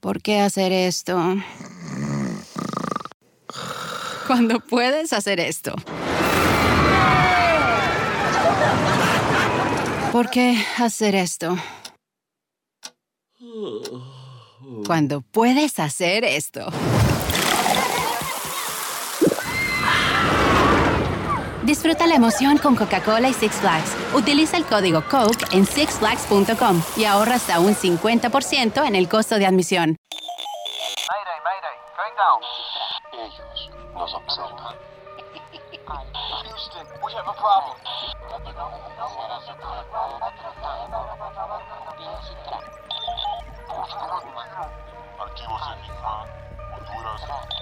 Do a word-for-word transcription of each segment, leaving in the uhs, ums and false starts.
¿Por qué hacer esto? Cuando puedes hacer esto. ¿Por qué hacer esto? Cuando puedes hacer esto. Disfruta la emoción con Coca-Cola y Six Flags. Utiliza el código Coke en six flags punto com y ahorra hasta un cincuenta por ciento en el costo de admisión. Mayday, mayday, going down. Ellos nos observan. Houston, we have a problem. Archivos Enigma, Honduras.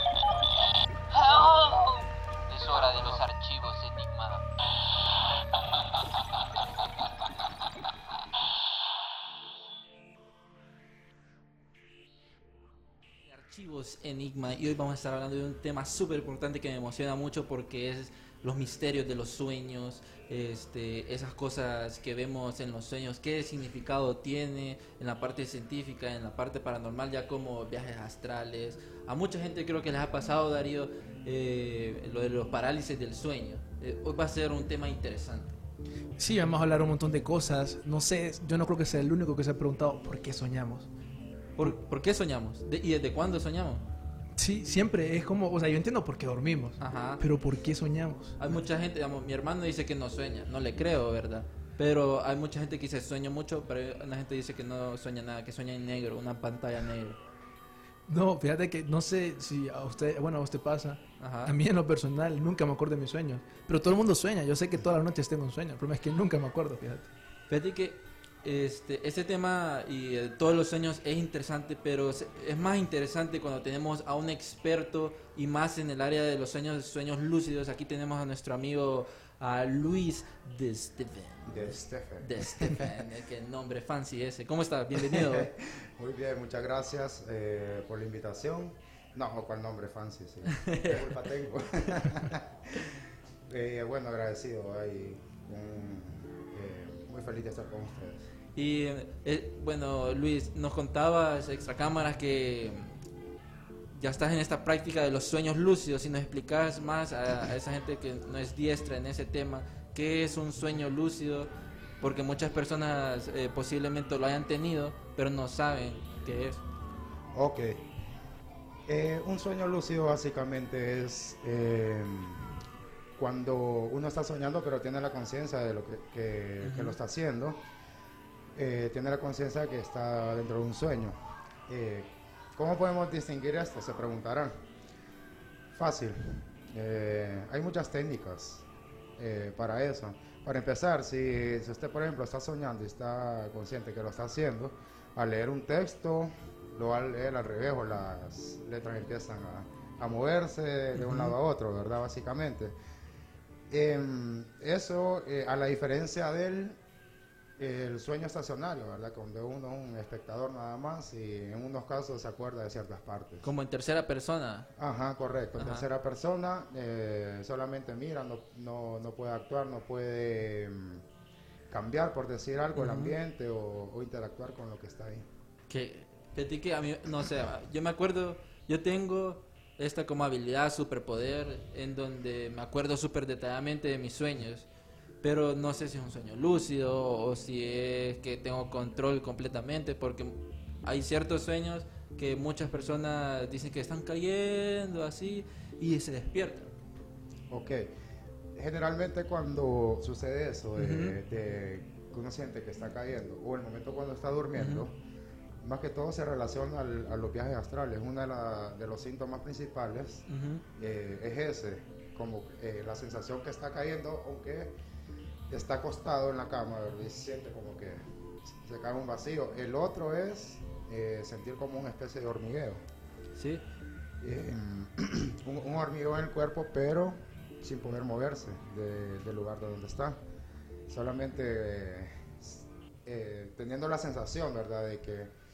Help! Es hora de los archivos Enigma. Archivos Enigma, y hoy vamos a estar hablando de un tema súper importante que me emociona mucho porque es los misterios de los sueños, este, esas cosas que vemos en los sueños, qué significado tiene en la parte científica, en la parte paranormal, ya como viajes astrales. A mucha gente creo que les ha pasado, Darío, eh, lo de los parálisis del sueño. Eh, hoy va a ser un tema interesante. Sí, vamos a hablar un montón de cosas. No sé, yo no creo que sea el único que se ha preguntado por qué soñamos. ¿Por, ¿por qué soñamos? De, ¿Y desde cuándo soñamos? Sí, siempre es como, o sea, yo entiendo por qué dormimos, Ajá. Pero ¿por qué soñamos? Hay mucha gente, digamos, mi hermano dice que no sueña, no le creo, ¿verdad? Pero hay mucha gente que dice sueño mucho, pero hay una gente dice que no sueña nada, que sueña en negro, una pantalla negra. No, fíjate que no sé si a usted, bueno, a usted pasa. Ajá. A mí en lo personal nunca me acuerdo de mis sueños, pero todo el mundo sueña. Yo sé que todas las noches tengo un sueño, el problema es que nunca me acuerdo, fíjate. Fíjate que este, este tema y eh, todos los sueños es interesante, pero es, es más interesante cuando tenemos a un experto y más en el área de los sueños, sueños lúcidos. Aquí tenemos a nuestro amigo a Luis de Stephen. De Stephen. De Stephen, eh, qué nombre fancy ese. ¿Cómo estás? Bienvenido. Muy bien, muchas gracias eh, por la invitación. No, ¿cuál nombre fancy? Sí. ¿Qué culpa tengo? eh, bueno, agradecido y eh, muy feliz de estar con ustedes. Y eh, bueno, Luis, nos contabas extra cámaras que ya estás en esta práctica de los sueños lúcidos. Y nos explicas más a, a esa gente que no es diestra en ese tema, ¿qué es un sueño lúcido? Porque muchas personas eh, posiblemente lo hayan tenido, pero no saben qué es. Ok. Eh, un sueño lúcido básicamente es eh, cuando uno está soñando pero tiene la conciencia de lo que, que, uh-huh. que lo está haciendo. Eh, tiene la conciencia de que está dentro de un sueño. Eh, ¿Cómo podemos distinguir esto? Se preguntarán. Fácil. Eh, hay muchas técnicas eh, para eso. Para empezar, si, si usted, por ejemplo, está soñando y está consciente que lo está haciendo, al leer un texto, lo va a leer al revés o las letras empiezan a, a moverse de un lado a otro, ¿verdad? Básicamente. Eh, eso, eh, a la diferencia del el sueño estacionario, ¿verdad? Cuando uno es un espectador nada más y en unos casos se acuerda de ciertas partes. Como en tercera persona. Ajá, correcto. En Ajá. tercera persona eh, solamente mira, no, no, no puede actuar, no puede um, cambiar, por decir algo, uh-huh. el ambiente o, o interactuar con lo que está ahí. Que, que, que a mí, no sé, yo me acuerdo, yo tengo esta como habilidad, superpoder, en donde me acuerdo súper detalladamente de mis sueños. Pero no sé si es un sueño lúcido o si es que tengo control completamente, porque hay ciertos sueños que muchas personas dicen que están cayendo así y se despiertan. Ok. Generalmente cuando sucede eso, de, Uh-huh. de que uno siente que está cayendo, o el momento cuando está durmiendo, uh-huh. más que todo se relaciona al, a los viajes astrales. Uno de, la, de los síntomas principales uh-huh. eh, es ese, como eh, la sensación que está cayendo, aunque está acostado en la cama, ¿verdad? Y siente como que se cae un vacío. El otro es eh, sentir como una especie de hormigueo. Sí. Eh, un, un hormigueo en el cuerpo, pero sin poder moverse de, del lugar de donde está. Solamente eh, eh, teniendo la sensación, ¿verdad? De que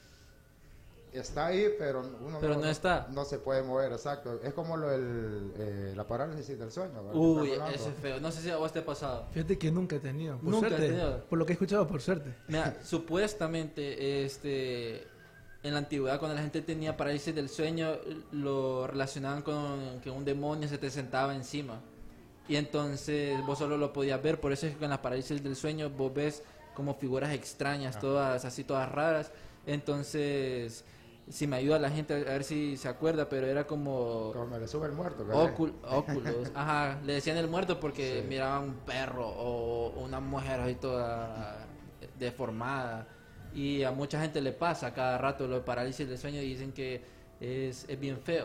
está ahí, pero uno pero no, no está. No, no se puede mover, exacto. Es como lo del, eh, la parálisis del sueño, ¿verdad? Uy, eso es feo. No sé si a vos te ha pasado. Fíjate que nunca he tenido. Por Nunca suerte, he tenido. Por lo que he escuchado, por suerte. Mira, supuestamente, este, en la antigüedad, cuando la gente tenía parálisis del sueño, lo relacionaban con que un demonio se te sentaba encima. Y entonces vos solo lo podías ver. Por eso es que en las parálisis del sueño vos ves como figuras extrañas, Ah. todas así, todas raras. Entonces, si me ayuda la gente a ver si se acuerda, pero era como Como me le sube el muerto, ¿verdad? ócul- óculos. Ajá, le decían el muerto porque Sí. miraban un perro o una mujer ahí toda deformada. Y a mucha gente le pasa a cada rato lo de parálisis del sueño y dicen que es, es bien feo.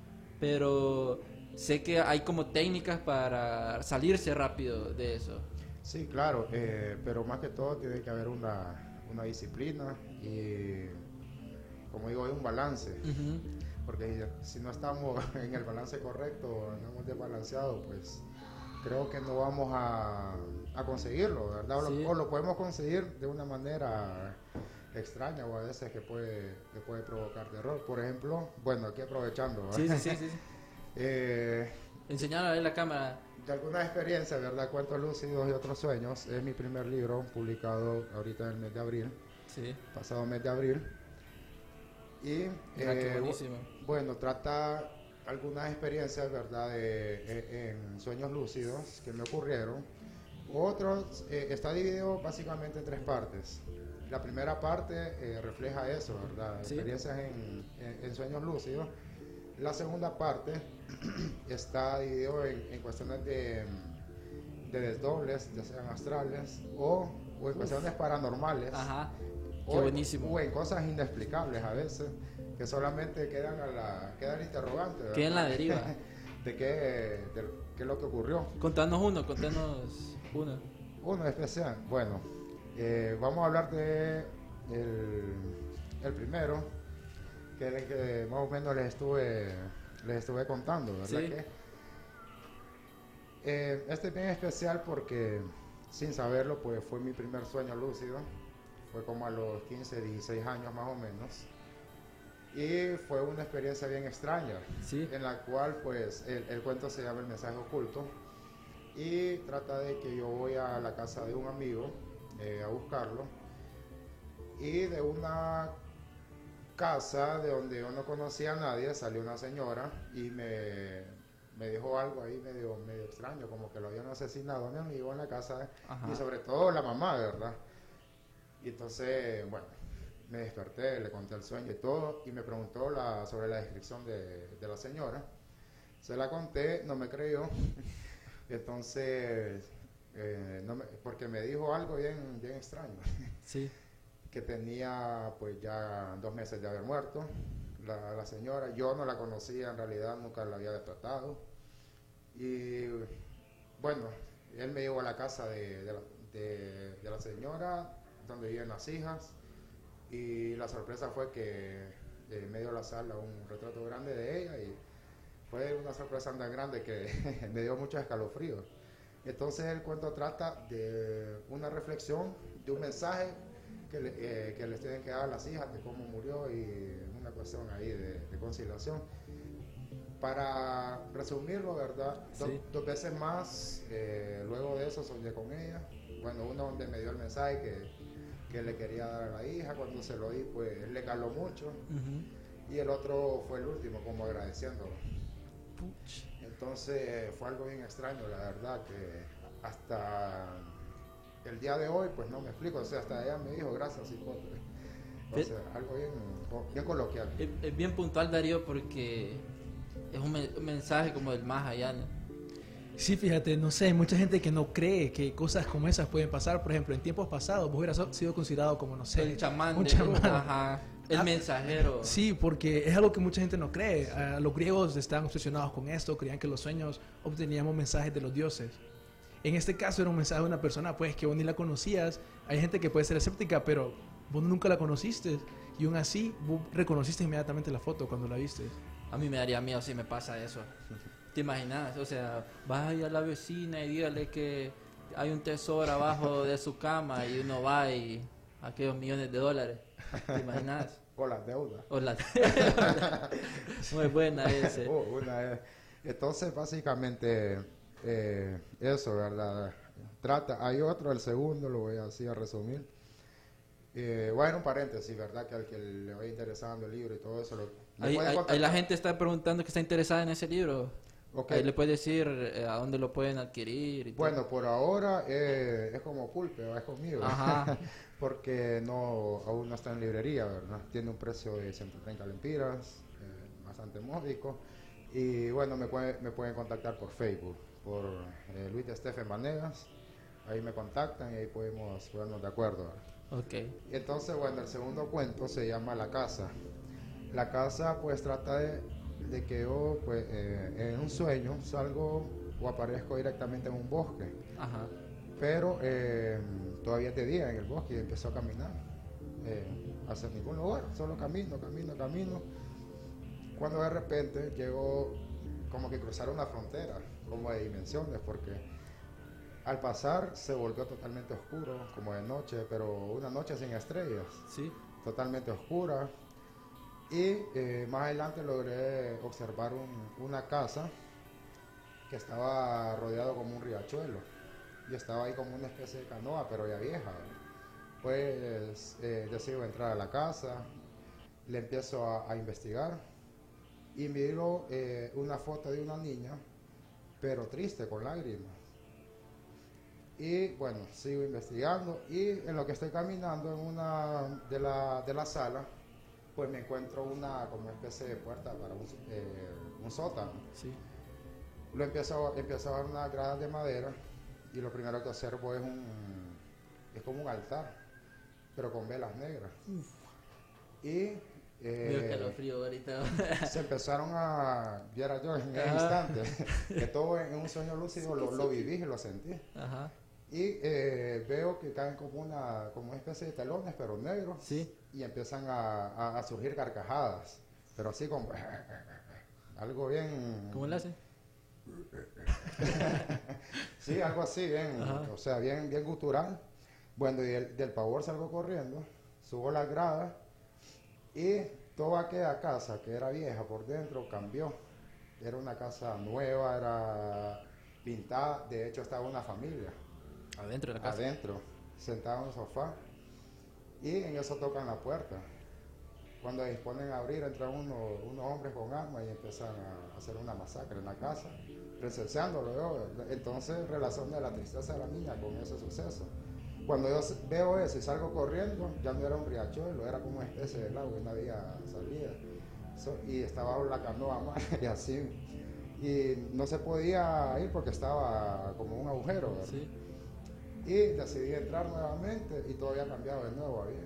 Pero sé que hay como técnicas para salirse rápido de eso. Sí, claro, eh, pero más que todo tiene que haber una, una disciplina y, como digo, hay un balance. Ujú. Porque si no estamos en el balance correcto, andamos desbalanceados, pues creo que no vamos a, a conseguirlo, ¿verdad? O, Sí. lo, o lo podemos conseguir de una manera extraña o a veces que puede, que puede provocar terror. Por ejemplo, bueno, aquí aprovechando, ¿verdad? Sí, sí, sí, sí. Eh, Enseñar a ver la cámara. de alguna experiencia, ¿verdad? Cuentos lúcidos y otros sueños. Es mi primer libro publicado ahorita en el mes de abril, Sí. pasado mes de abril. Y Ah, qué eh, bu- buenísimo. bueno, trata algunas experiencias, ¿verdad? De, eh, en sueños lúcidos que me ocurrieron. Otros, eh, está dividido básicamente en tres partes. La primera parte eh, refleja eso, ¿verdad? Sí. Experiencias en, en- en sueños lúcidos. La segunda parte está dividido en, en cuestiones de, de desdobles, ya sean astrales o, o en cuestiones paranormales. Ajá. Qué O, buenísimo. o en cosas inexplicables a veces, que solamente quedan a la quedan interrogantes. ¿verdad? Queda en la deriva. de qué, de qué es lo que ocurrió. Contanos uno, contanos uno. Uno especial. Bueno, eh, vamos a hablar de el, el primero, que es el que más o menos les estuve, les estuve contando, ¿verdad? Sí. Que, eh, este es bien especial porque, sin saberlo, pues fue mi primer sueño lúcido. Fue como a los quince, dieciséis años más o menos. Y fue una experiencia bien extraña, Sí. en la cual pues el, el cuento se llama El mensaje oculto y trata de que yo voy a la casa de un amigo eh, a buscarlo, y de una casa de donde yo no conocía a nadie salió una señora y me, me dijo algo ahí medio, medio extraño, como que lo habían asesinado a mi amigo en la casa. Ajá. Y sobre todo la mamá, ¿verdad? Y entonces, bueno, me desperté, le conté el sueño y todo, y me preguntó la, sobre la descripción de, de la señora. Se la conté, no me creyó. Entonces, eh, no me- porque me dijo algo bien, bien extraño, Sí. que tenía pues ya dos meses de haber muerto la, la señora. Yo no la conocía en realidad, nunca la había tratado. Y bueno, él me llevó a la casa de, de la, de- de la señora, donde viven las hijas, y la sorpresa fue que eh, me dio a la sala un retrato grande de ella, y fue una sorpresa tan grande que me dio muchos escalofríos. Entonces el cuento trata de una reflexión, de un mensaje que, le, eh, que les tienen que dar a las hijas de cómo murió, y una cuestión ahí de, de conciliación. Para resumirlo, ¿verdad? Do- Sí. Dos veces más, eh, luego de eso soñé con ella. Bueno, uno donde me dio el mensaje que, que le quería dar a la hija, cuando se lo di pues le caló mucho. Ujú. Y el otro fue el último, como agradeciéndolo. Puch. Entonces fue algo bien extraño, la verdad, que hasta el día de hoy pues no me explico. O sea, hasta ella me dijo gracias, cipote. O Ve- sea, algo bien, bien coloquial. Es, es bien puntual, Darío, porque es un, men- un mensaje como del más allá, ¿no? Sí, fíjate, no sé, hay mucha gente que no cree que cosas como esas pueden pasar. Por ejemplo, en tiempos pasados vos hubieras sido considerado como, no sé, El chamán, un de- chamán. ajá, el Ah, mensajero. Sí, porque es algo que mucha gente no cree. Ah, los griegos estaban obsesionados con esto, creían que los sueños obteníamos mensajes de los dioses. En este caso era un mensaje de una persona pues que vos ni la conocías. Hay gente que puede ser escéptica, pero vos nunca la conociste, y aún así vos reconociste inmediatamente la foto cuando la viste. A mí me daría miedo si me pasa eso. ¿Te imaginas? O sea, vas a ir a la vecina y dígale que hay un tesoro abajo de su cama y uno va y aquellos millones de dólares. ¿Te imaginas? O las deudas. O la... Muy buena ese. Oh, una vez. Entonces, básicamente, eh, eso, ¿verdad? Trata, hay otro, el segundo, lo voy así a resumir. Eh, bueno, un paréntesis, ¿verdad? Que al que le vaya interesando el libro y todo eso, lo, me Ahí, puede ahí- contactar. ahí la gente está preguntando que está interesada en ese libro. Ok. Ahí le puede decir eh, a dónde lo pueden adquirir. Y todo. Bueno, por ahora eh, es como pulpe, ¿va? Es conmigo. Ajá. Porque no, aún no está en librería, ¿verdad? Tiene un precio de ciento treinta lempiras, eh, bastante módico. Y bueno, me, puede- me pueden contactar por Facebook, por eh, Luis Estefen Vanegas. Ahí me contactan y ahí podemos ponernos de acuerdo, ¿verdad? Ok. Entonces, bueno, el segundo cuento se llama La Casa. La Casa, pues, trata de, de que yo, pues, eh, en un sueño salgo o aparezco directamente en un bosque, Ajá. pero eh, todavía es de día en el bosque y empiezo a caminar eh, hacia ningún lugar, solo camino, camino, camino. Cuando de repente llego como que cruzar una frontera, como de dimensiones, porque al pasar se volvió totalmente oscuro, como de noche, pero una noche sin estrellas, Sí. totalmente oscura. Y eh, más adelante logré observar un- una casa que estaba rodeado como un riachuelo. Y estaba ahí como una especie de canoa, pero ya vieja. Pues eh, decido entrar a la casa, le empiezo a, a investigar y miro eh, una foto de una niña, pero triste, con lágrimas. Y bueno, sigo investigando y en lo que estoy caminando en una de la, de la sala, pues me encuentro una como especie de puerta para un, eh, un sótano. Sí. Lo empiezo, empiezo a ver unas gradas de madera y lo primero que observo es un es como un altar, pero con velas negras. Y Veo eh, calofrío ahorita. se empezaron a, viera yo en ese Ajá. instante, que todo en un sueño lúcido lo, lo viví y lo sentí. Ajá. Y eh, veo que caen como una, como una especie de telones, pero negros, Sí. y empiezan a, a- a surgir carcajadas, pero así como algo bien... ¿Cómo le hace? Sí, algo así, bien, Ajá. o sea, bien, bien gutural. Bueno, y del, del pavor salgo corriendo, subo las gradas, y toda aquella casa que era vieja por dentro cambió. Era una casa nueva, era pintada, de hecho estaba una familia Adentro de la casa. adentro, sentado en el sofá, y en eso tocan la puerta. Cuando disponen a abrir, entran uno- unos hombres con armas y empiezan a hacer una masacre en la casa, presenciándolo yo. Entonces relacioné la tristeza de la niña con ese suceso. Cuando yo s- veo eso y salgo corriendo, ya no era un riachuelo, era como una especie de lago y no había salida. So- y estaba la canoa mal y así. Y no se podía ir porque estaba como un agujero, ¿verdad? Sí. Y decidí entrar nuevamente y todo había cambiado de nuevo. Había.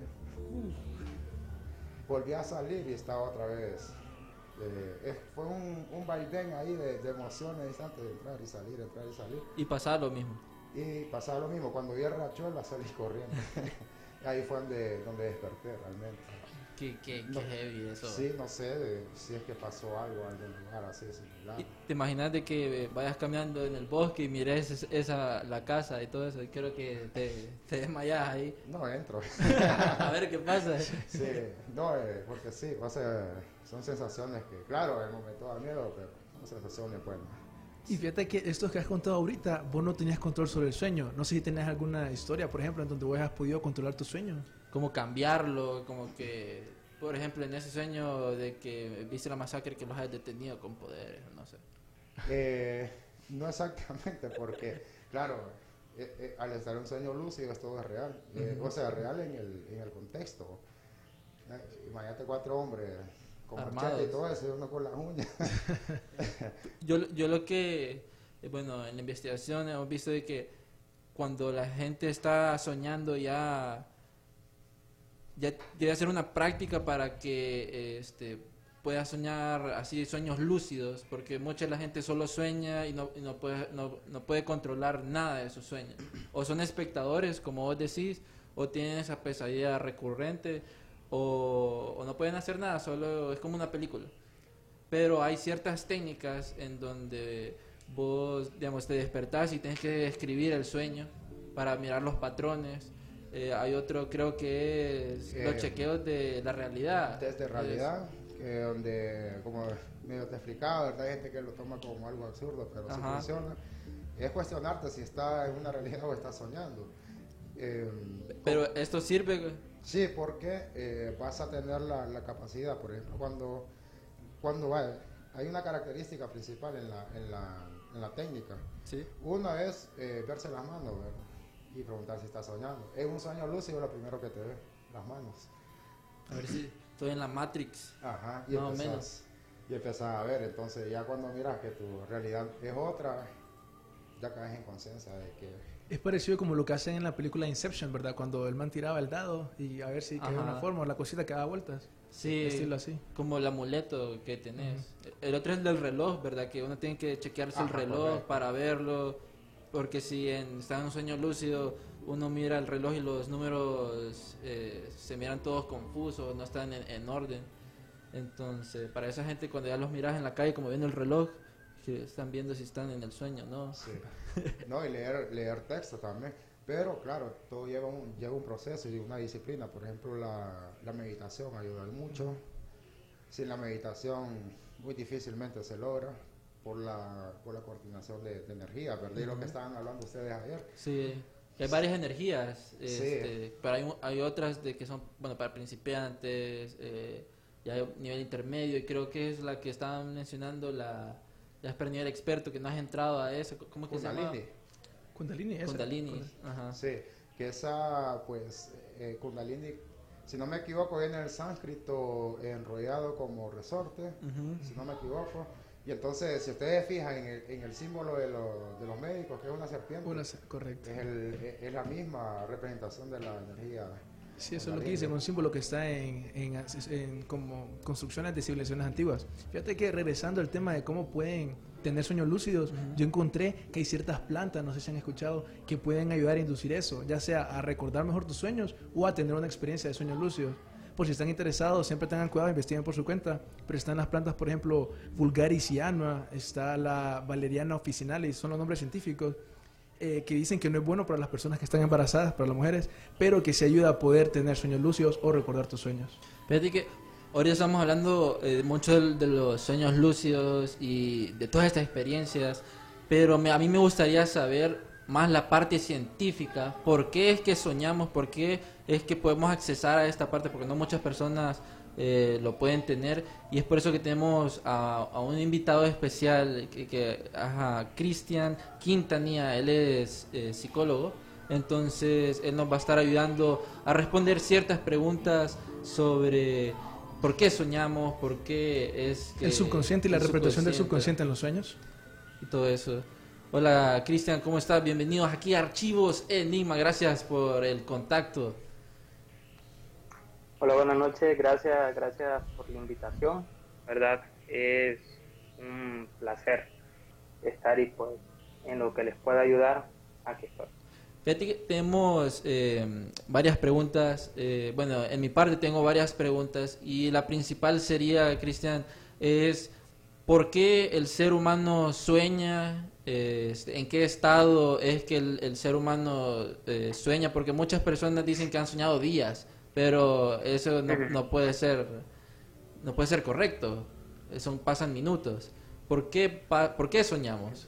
Volví a salir y estaba otra vez. eh, es- fue un, un vaivén ahí de, de emociones antes de entrar y salir, entrar y salir. Y pasaba lo mismo. Y pasaba lo mismo, cuando vi el riachuelo salí corriendo. Ahí fue donde, donde desperté realmente. Qué, qué, No. qué heavy eso. Sí, no sé de- si es que pasó algo en algún lugar así similar. Y ¿te imaginas de que eh, vayas caminando en el bosque y mires es- esa, la casa y todo eso? Y creo que te, te desmayas ahí. No entro. A ver qué pasa. Sí, no, eh, porque sí, o sea, son sensaciones que, claro, en el momento da miedo, pero son sensaciones buenas. Y fíjate que esto que has contado ahorita, vos no tenías control sobre el sueño. No sé si tenés alguna historia, por ejemplo, en donde vos has podido controlar tus sueños. Como cambiarlo, como que, por ejemplo, en ese sueño de que viste la masacre que los hayas detenido con poderes, no sé. Eh, no exactamente, porque, claro, eh, eh, al estar en un sueño lúcido es todo real, eh, o sea, real en el, en el contexto. Eh, imagínate cuatro hombres con Armados. machete y todo eso, y uno con las uñas. Yo, yo lo que, eh, bueno, en la investigación hemos visto de que cuando la gente está soñando ya, ya debe hacer una práctica para que eh, este, pueda soñar así sueños lúcidos, porque mucha de la gente solo sueña y no, y no, puede, no, no puede controlar nada de sus sueños. O son espectadores, como vos decís, o tienen esa pesadilla recurrente, o, o no pueden hacer nada, solo es como una película. Pero hay ciertas técnicas en donde vos, digamos, te despertás y tienes que escribir el sueño para mirar los patrones. Eh, hay otro, creo que es los Eh, chequeos de la realidad. Test de realidad, que donde, como medio te explicaba, ¿verdad? Hay gente que lo toma como algo absurdo, pero sí Ajá. funciona. Es cuestionarte si está en una realidad o está soñando. Eh, Pero esto sirve, Sí, porque eh, vas a tener la, la capacidad, por ejemplo, cuando, cuando va, hay una característica principal en la, en la, en la técnica. Sí. Una es eh, verse las manos, ¿verdad? Y preguntar si estás soñando. Es un sueño lúcido lo primero que te ve, las manos. A ver si estoy en la Matrix. Ajá, y Más o empezás, menos. y empezás a ver, entonces ya cuando miras que tu realidad es otra, ya caes en conciencia de que... Es parecido como lo que hacen en la película Inception, ¿verdad? Cuando el man tiraba el dado y a ver si caía Ajá. una forma o la cosita que daba vueltas. Sí, Estilo así. como el amuleto que tenés. El otro es el del reloj, ¿verdad? Que uno tiene que chequearse el Ajá, reloj correcto. para verlo. Porque si en, está en un sueño lúcido, uno mira el reloj y los números eh, se miran todos confusos, no están en, en orden. Entonces, para esa gente, cuando ya los miras en la calle, como viendo el reloj, que están viendo si están en el sueño, ¿no? Sí. No, y leer, leer texto también. Pero claro, todo lleva un, lleva un proceso y una disciplina. Por ejemplo, la, la meditación ayuda mucho. Sin la meditación muy difícilmente se logra por la, por la coordinación de, de energía, ¿verdad? Y lo que estaban hablando ustedes ayer. Sí, hay varias energías, Sí. este, pero hay, hay otras de que son, bueno, para principiantes, eh, ya hay un nivel intermedio, y creo que es la que estaban mencionando, la, ya has perdido el experto, que no has entrado a eso, ¿cómo es que se llama? Kundalini. Kundalini, esa. Kundalini, ajá. Sí, que esa, pues, eh, Kundalini, si no me equivoco, viene del sánscrito enrollado como resorte, Ujú. si no me equivoco. Y entonces, si ustedes fijan en el, en el símbolo de, lo- de los médicos, que es una serpiente, Una se- correcto. es, el- es- es la misma representación de la energía. Sí, eso es lo que kundalini. dicen, un símbolo que está en, en, en como construcciones de civilizaciones antiguas. Fíjate que regresando al tema de cómo pueden tener sueños lúcidos, yo encontré que hay ciertas plantas, no sé si han escuchado, que pueden ayudar a inducir eso, ya sea a recordar mejor tus sueños o a tener una experiencia de sueños lúcidos. Por si están interesados, siempre tengan cuidado, investiguen por su cuenta. Pero están las plantas, por ejemplo, Vulgaris annua, está la Valeriana officinalis, son los nombres científicos, eh, que dicen que no es bueno para las personas que están embarazadas, para las mujeres, pero que se ayuda a poder tener sueños lúcidos o recordar tus sueños. Fíjate que ahora estamos hablando eh, mucho de, de los sueños lúcidos y de todas estas experiencias, pero me- a mí me gustaría saber más la parte científica, por qué es que soñamos, por qué es que podemos accesar a esta parte, porque no muchas personas eh, lo pueden tener, y es por eso que tenemos a, a un invitado especial, que, que ajá, Cristian Quintanilla, él es eh, psicólogo. Entonces él nos va a estar ayudando a responder ciertas preguntas sobre por qué soñamos, por qué es que El subconsciente y la el representación del subconsciente en los sueños. y todo eso. Hola Cristian, ¿cómo estás? Bienvenidos aquí a Archivos Enigma, gracias por el contacto. Hola, buenas noches, gracias, gracias por la invitación, ¿verdad? Es un placer estar y pues en lo que les pueda ayudar, aquí estoy. Fíjate que tenemos eh, varias preguntas, eh, bueno, en mi parte tengo varias preguntas y la principal sería, Cristian, es ¿por qué el ser humano sueña? Eh, ¿En qué estado es que el, el ser humano eh, sueña? Porque muchas personas dicen que han soñado días, pero eso no, no puede ser, no puede ser correcto. Son, pasan minutos. ¿Por qué, pa- ¿por qué soñamos?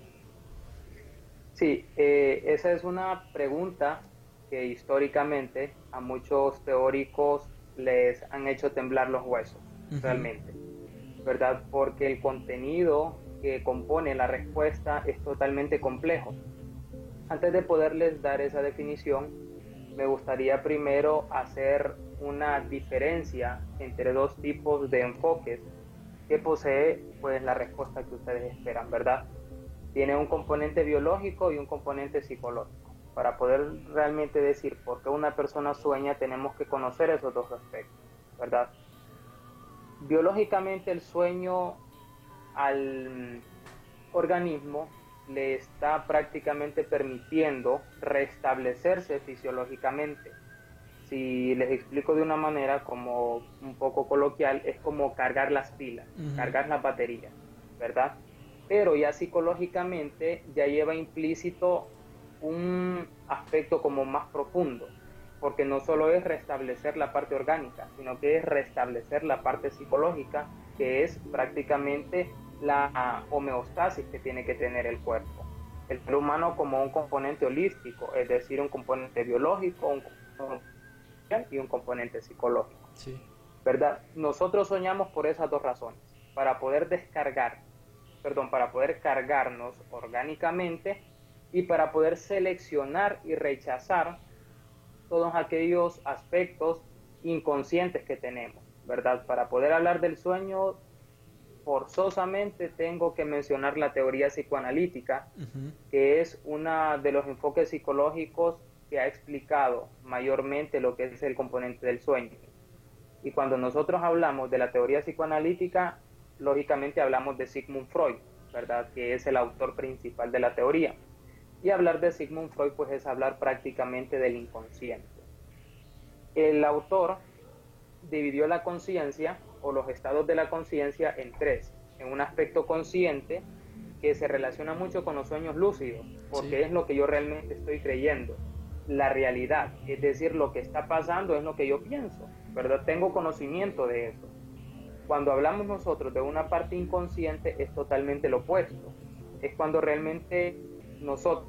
Sí, eh, esa es una pregunta que históricamente a muchos teóricos les han hecho temblar los huesos, Ujú. realmente, ¿verdad? Porque el contenido que compone la respuesta es totalmente complejo. Antes de poderles dar esa definición, me gustaría primero hacer una diferencia entre dos tipos de enfoques que posee pues la respuesta que ustedes esperan, ¿verdad? Tiene un componente biológico y un componente psicológico. Para poder realmente decir por qué una persona sueña, tenemos que conocer esos dos aspectos, ¿verdad? Biológicamente el sueño al organismo le está prácticamente permitiendo restablecerse fisiológicamente. Si les explico de una manera como un poco coloquial, es como cargar las pilas, Ujú. cargar las baterías, ¿verdad? Pero ya psicológicamente ya lleva implícito un aspecto como más profundo, porque no solo es restablecer la parte orgánica, sino que es restablecer la parte psicológica, que es prácticamente la homeostasis que tiene que tener el cuerpo. El ser humano como un componente holístico, es decir, un componente biológico, un componente y un componente psicológico. Sí. ¿Verdad? Nosotros soñamos por esas dos razones, para poder descargar, perdón, para poder cargarnos orgánicamente y para poder seleccionar y rechazar todos aquellos aspectos inconscientes que tenemos, ¿verdad? Para poder hablar del sueño, forzosamente tengo que mencionar la teoría psicoanalítica, uh-huh. que es uno de los enfoques psicológicos que ha explicado mayormente lo que es el componente del sueño. Y cuando nosotros hablamos de la teoría psicoanalítica, lógicamente hablamos de Sigmund Freud, ¿verdad? Que es el autor principal de la teoría. Y hablar de Sigmund Freud, pues, es hablar prácticamente del inconsciente. El autor dividió la conciencia o los estados de la conciencia en tres. En un aspecto consciente que se relaciona mucho con los sueños lúcidos, porque sí. es lo que yo realmente estoy creyendo. La realidad, es decir, lo que está pasando es lo que yo pienso, ¿verdad? Tengo conocimiento de eso. Cuando hablamos nosotros de una parte inconsciente es totalmente lo opuesto. Es cuando realmente nosotros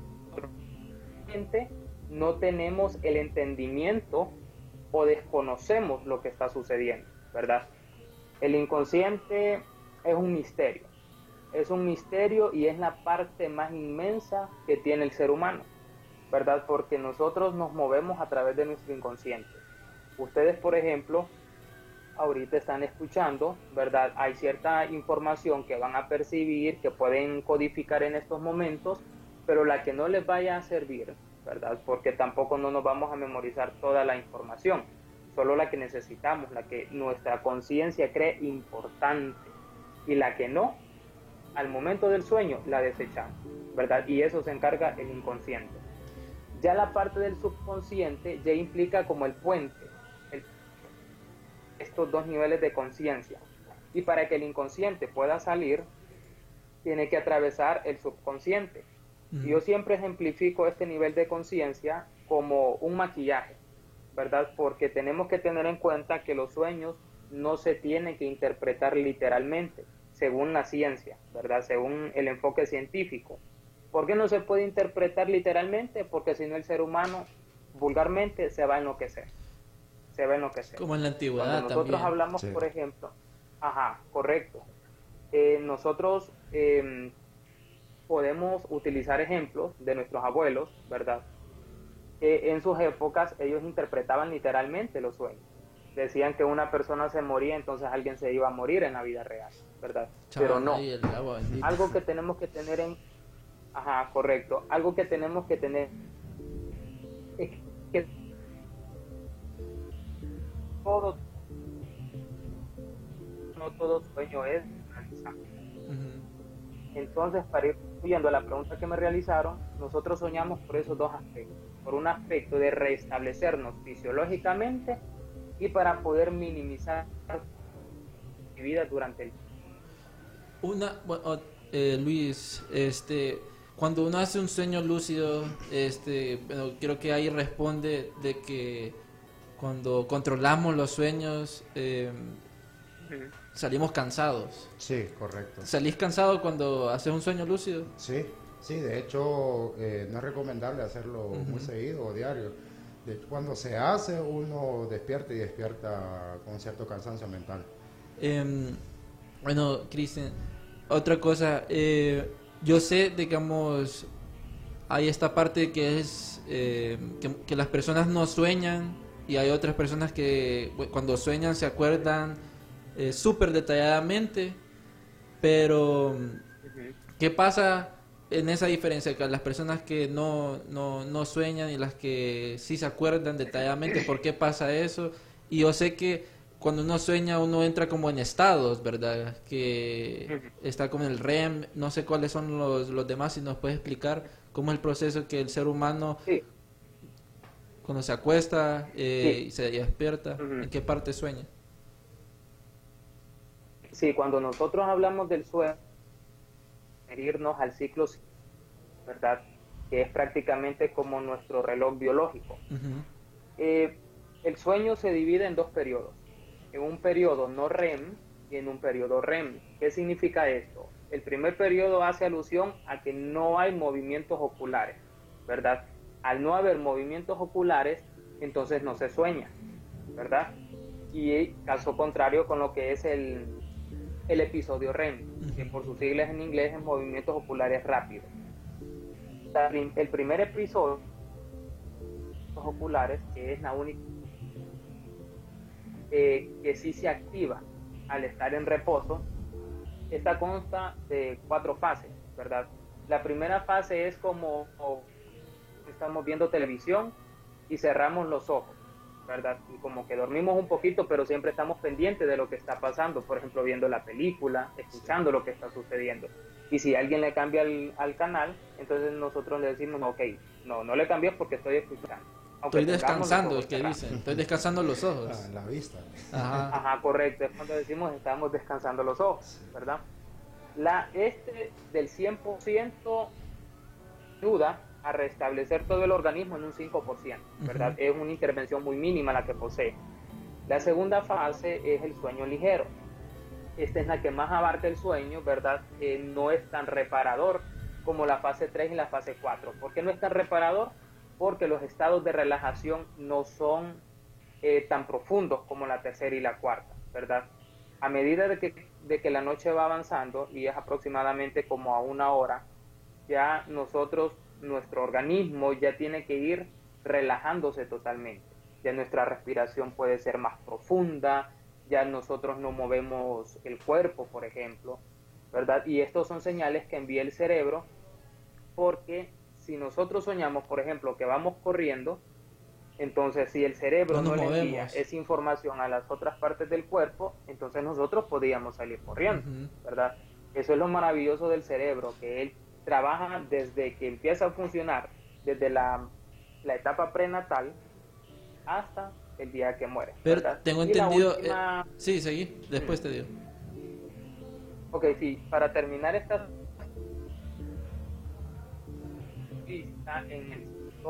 no tenemos el entendimiento o desconocemos lo que está sucediendo, ¿verdad? El inconsciente es un misterio. Es un misterio y es la parte más inmensa que tiene el ser humano, ¿verdad? Porque nosotros nos movemos a través de nuestro inconsciente. Ustedes, por ejemplo, ahorita están escuchando, ¿verdad? Hay cierta información que van a percibir, que pueden codificar en estos momentos, pero la que no les vaya a servir, ¿verdad? Porque tampoco no nos vamos a memorizar toda la información, solo la que necesitamos, la que nuestra conciencia cree importante, y la que no, al momento del sueño la desechamos, ¿verdad? Y eso se encarga el inconsciente. Ya la parte del subconsciente ya implica como el puente, el, estos dos niveles de conciencia. Y para que el inconsciente pueda salir, tiene que atravesar el subconsciente. Uh-huh. Y yo siempre ejemplifico este nivel de conciencia como un maquillaje, ¿verdad? Porque tenemos que tener en cuenta que los sueños no se tienen que interpretar literalmente, según la ciencia, ¿verdad? Según el enfoque científico. ¿Por qué no se puede interpretar literalmente? Porque si no el ser humano vulgarmente se va a enloquecer. Se va a enloquecer. Como en la antigüedad Cuando nosotros también. hablamos, sí. por ejemplo, ajá, correcto. Eh, nosotros eh, podemos utilizar ejemplos de nuestros abuelos, ¿verdad? Eh, en sus épocas ellos interpretaban literalmente los sueños. Decían que una persona se moría, entonces alguien se iba a morir en la vida real, ¿verdad? Chaval, pero no. el agua bendita. Algo que tenemos que tener en... Ajá, correcto. Algo que tenemos que tener es que todo, no todo sueño es realizable. Uh-huh. Entonces, para ir viendo la pregunta que me realizaron, nosotros soñamos por esos dos aspectos. Por un aspecto de restablecernos fisiológicamente y para poder minimizar mi vida durante el día. Una, bueno, eh, Luis, este, cuando uno hace un sueño lúcido, este, bueno, creo que ahí responde de que cuando controlamos los sueños eh, uh-huh. salimos cansados. Sí, correcto. ¿Salís cansado cuando haces un sueño lúcido? Sí, sí, de hecho eh, no es recomendable hacerlo uh-huh. muy seguido o diario. De hecho, cuando se hace uno despierta y despierta con cierto cansancio mental. Eh, bueno, Cristian, otra cosa, eh, yo sé, digamos, hay esta parte que es eh, que, que las personas no sueñan y hay otras personas que cuando sueñan se acuerdan eh, súper detalladamente, pero ¿qué pasa en esa diferencia? Que las personas que no, no, no sueñan y las que sí se acuerdan detalladamente, ¿por qué pasa eso? Y yo sé que cuando uno sueña uno entra como en estados, ¿verdad? Que está como en el R E M, no sé cuáles son los, los demás, si nos puedes explicar cómo es el proceso que el ser humano sí. cuando se acuesta eh, sí. y se despierta, uh-huh. ¿en qué parte sueña? Sí, cuando nosotros hablamos del sueño, referirnos al ciclo, ¿verdad? Que es prácticamente como nuestro reloj biológico. Uh-huh. Eh, el sueño se divide en dos periodos. En un periodo no R E M y en un periodo R E M. ¿Qué significa esto? El primer periodo hace alusión a que no hay movimientos oculares, ¿verdad? Al no haber movimientos oculares, entonces no se sueña. ¿verdad? Y caso contrario con lo que es el, el episodio R E M, que por sus siglas en inglés es movimientos oculares rápidos. El primer episodio oculares, que es la única eh, que sí se activa al estar en reposo, esta consta de cuatro fases, ¿verdad? La primera fase es como estamos viendo televisión y cerramos los ojos, ¿verdad? Y como que dormimos un poquito, pero siempre estamos pendientes de lo que está pasando, por ejemplo, viendo la película, escuchando lo que está sucediendo. Y si alguien le cambia al, al canal, entonces nosotros le decimos, ok, no, no le cambies porque estoy escuchando. Aunque estoy descansando, es que cerrados. dicen, estoy descansando los ojos. Ah, la vista. Ajá. Ajá, correcto, es cuando decimos estamos descansando los ojos, ¿verdad? La, este del cien por ciento ayuda a restablecer todo el organismo en un cinco por ciento, ¿verdad? Uh-huh. Es una intervención muy mínima la que posee. La segunda fase es el sueño ligero. Esta es la que más abarca el sueño, ¿verdad? Eh, no es tan reparador como la fase tres y la fase cuatro. ¿Por qué no es tan reparador? Porque los estados de relajación no son eh, tan profundos como la tercera y la cuarta, ¿verdad? A medida de que, de que la noche va avanzando, y es aproximadamente como a una hora, ya nosotros, nuestro organismo ya tiene que ir relajándose totalmente. Ya nuestra respiración puede ser más profunda, ya nosotros no movemos el cuerpo, por ejemplo, ¿verdad? Y estos son señales que envía el cerebro, porque si nosotros soñamos, por ejemplo, que vamos corriendo, entonces si el cerebro no, no le movemos. envía esa información a las otras partes del cuerpo, entonces nosotros podíamos salir corriendo, uh-huh. ¿verdad? Eso es lo maravilloso del cerebro, que él trabaja desde que empieza a funcionar, desde la, la etapa prenatal hasta el día que muere. Pero ¿verdad? tengo Y entendido... última... Eh, sí, seguí, después te digo. Ok, sí, para terminar esta... en el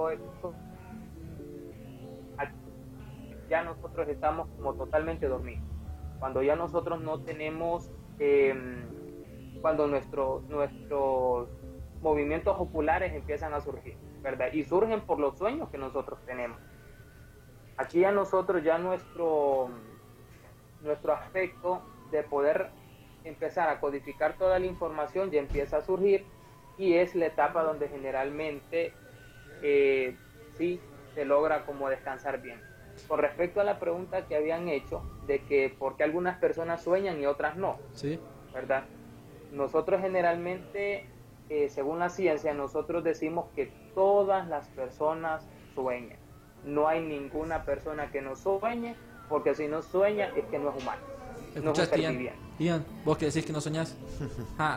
ya nosotros estamos como totalmente dormidos, cuando ya nosotros no tenemos eh, cuando nuestro, nuestros movimientos oculares empiezan a surgir, ¿verdad? Y surgen por los sueños que nosotros tenemos. Aquí ya nosotros ya nuestro nuestro aspecto de poder empezar a codificar toda la información ya empieza a surgir, y es la etapa donde generalmente eh, sí se logra como descansar bien. Con respecto a la pregunta que habían hecho de que por qué algunas personas sueñan y otras no, sí, ¿verdad? Nosotros generalmente, eh, según la ciencia, nosotros decimos que todas las personas sueñan. No hay ninguna persona que no sueñe, porque si no sueña es que no es humano. ¿Escuchaste, no es Ian? Ian, vos que decís que no soñás. Ah.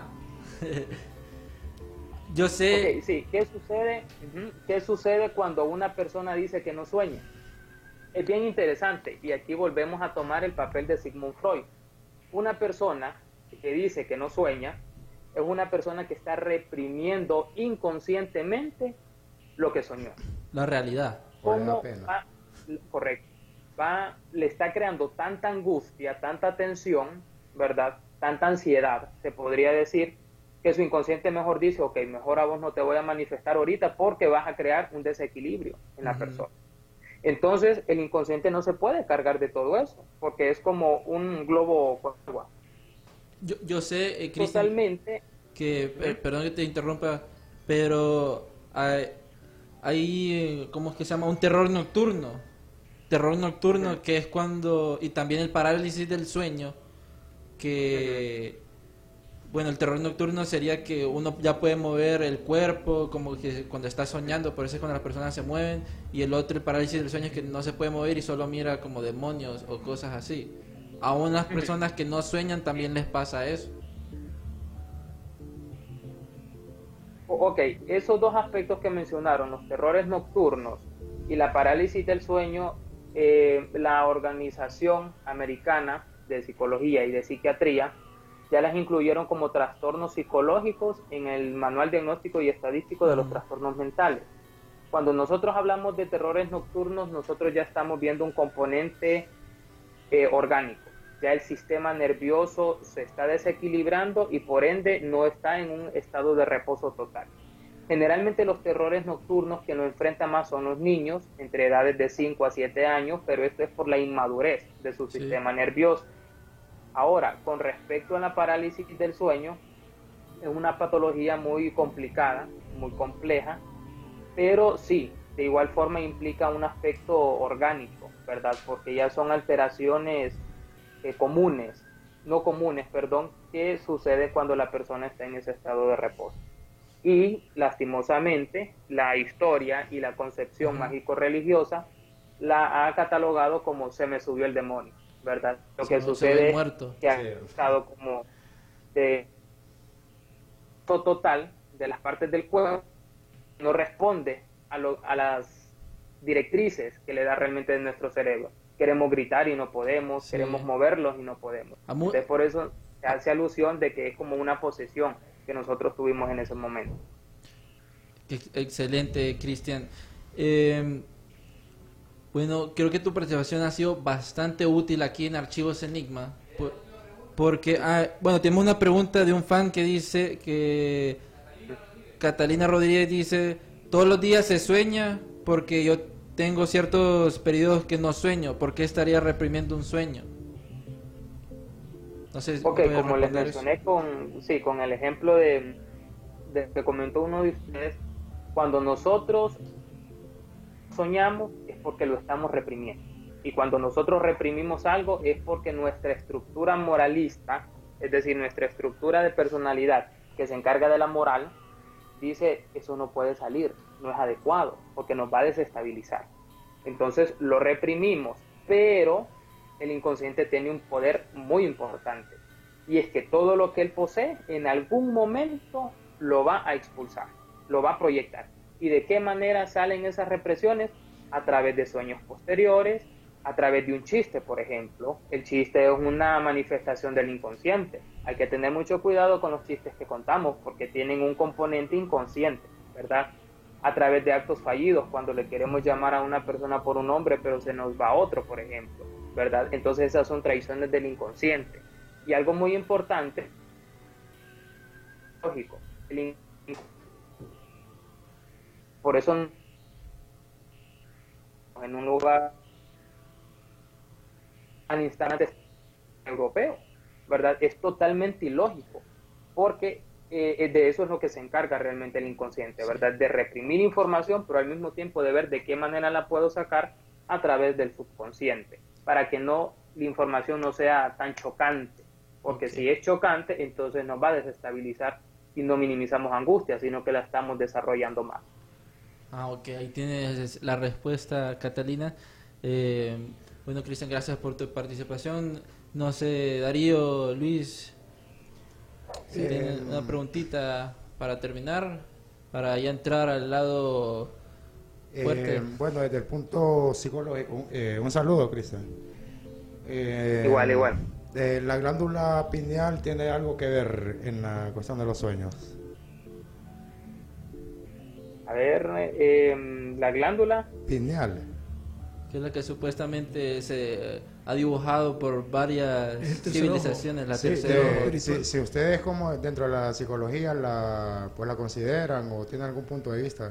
Yo sé... Okay, sí, ¿qué sucede? Uh-huh. ¿Qué sucede cuando una persona dice que no sueña? Es bien interesante, y aquí volvemos a tomar el papel de Sigmund Freud. Una persona que dice que no sueña es una persona que está reprimiendo inconscientemente lo que soñó. La realidad. ¿Cómo va? Correcto. Va, le está creando tanta angustia, tanta tensión, ¿verdad? Tanta ansiedad, se podría decir, que su inconsciente mejor dice, ok, mejor a vos no te voy a manifestar ahorita porque vas a crear un desequilibrio en la uh-huh. persona. Entonces, el inconsciente no se puede cargar de todo eso, porque es como un globo con agua. Yo, yo sé, eh, Cristian, totalmente, que, eh, perdón que te interrumpa, pero hay, hay, ¿cómo es que se llama? Un terror nocturno. Terror nocturno, uh-huh. que es cuando, y también el parálisis del sueño, que... Uh-huh. Bueno, el terror nocturno sería que uno ya puede mover el cuerpo, como que cuando está soñando, por eso es cuando las personas se mueven, y el otro, el parálisis del sueño, es que no se puede mover y solo mira como demonios o cosas así. A unas personas que no sueñan también les pasa eso. Ok, esos dos aspectos que mencionaron, los terrores nocturnos y la parálisis del sueño, eh, la Organización Americana de Psicología y de Psiquiatría ya las incluyeron como trastornos psicológicos en el Manual Diagnóstico y Estadístico de los Trastornos Mentales. Cuando nosotros hablamos de terrores nocturnos, nosotros ya estamos viendo un componente eh, orgánico. Ya el sistema nervioso se está desequilibrando y por ende no está en un estado de reposo total. Generalmente los terrores nocturnos que nos enfrentan más son los niños, entre edades de cinco a siete años, pero esto es por la inmadurez de su Sí. sistema nervioso. Ahora, con respecto a la parálisis del sueño, es una patología muy complicada, muy compleja, pero sí, de igual forma implica un aspecto orgánico, ¿verdad? Porque ya son alteraciones eh, comunes, no comunes, perdón, que sucede cuando la persona está en ese estado de reposo. Y lastimosamente la historia y la concepción Ujú. mágico-religiosa la ha catalogado como se me subió el demonio, ¿verdad? Lo Se que me subió sucede el muerto. es que ha Sí. estado como de total de las partes del cuerpo, no responde a, lo, a las directrices que le da realmente nuestro cerebro. Queremos gritar y no podemos, Sí. queremos moverlos y no podemos. A mu- Entonces, por eso se hace alusión de que es como una posesión que nosotros tuvimos en ese momento. Ex- Excelente, Cristian. Eh, bueno, creo que tu participación ha sido bastante útil aquí en Archivos Enigma. por- porque, ah, bueno, tenemos una pregunta de un fan que dice que Catalina Rodríguez dice, todos los días se sueña porque yo tengo ciertos periodos que no sueño. ¿Por qué estaría reprimiendo un sueño? No sé, Ok, ¿puedes como les responder eso? mencioné con, sí, con el ejemplo de, de que comentó uno de ustedes, cuando nosotros soñamos es porque lo estamos reprimiendo. Y cuando nosotros reprimimos algo es porque nuestra estructura moralista, es decir, nuestra estructura de personalidad que se encarga de la moral, dice, eso no puede salir, no es adecuado, porque nos va a desestabilizar. Entonces lo reprimimos, pero el inconsciente tiene un poder muy importante, y es que todo lo que él posee, en algún momento lo va a expulsar, lo va a proyectar. ¿Y de qué manera salen esas represiones? A través de sueños posteriores, a través de un chiste, por ejemplo. El chiste es una manifestación del inconsciente. Hay que tener mucho cuidado con los chistes que contamos porque tienen un componente inconsciente, ¿verdad? A través de actos fallidos, cuando le queremos llamar a una persona por un nombre, pero se nos va otro, por ejemplo, ¿verdad? Entonces esas son traiciones del inconsciente. Y algo muy importante, lógico, el in- por eso en un lugar al instante europeo, ¿verdad? Es totalmente ilógico, porque eh, de eso es lo que se encarga realmente el inconsciente, ¿verdad? De reprimir información, pero al mismo tiempo de ver de qué manera la puedo sacar a través del subconsciente, para que no la información no sea tan chocante, porque Okay. si es chocante, entonces nos va a desestabilizar y no minimizamos angustia, sino que la estamos desarrollando más. Ah, ok, ahí tienes la respuesta, Catalina. Eh, bueno, Cristian, gracias por tu participación. No sé, Darío, Luis, si Eh, tienen una preguntita para terminar, para ya entrar al lado fuerte. Eh, bueno, desde el punto psicológico, eh, un saludo, Cristian. Eh, Igual, igual. eh, la glándula pineal tiene algo que ver en la cuestión de los sueños. A ver, eh, la glándula. Pineal. Que es la que supuestamente se ha dibujado por varias El tercer civilizaciones, la Sí, tercera eh, ojo. si, si ustedes como dentro de la psicología la, pues la consideran o tienen algún punto de vista.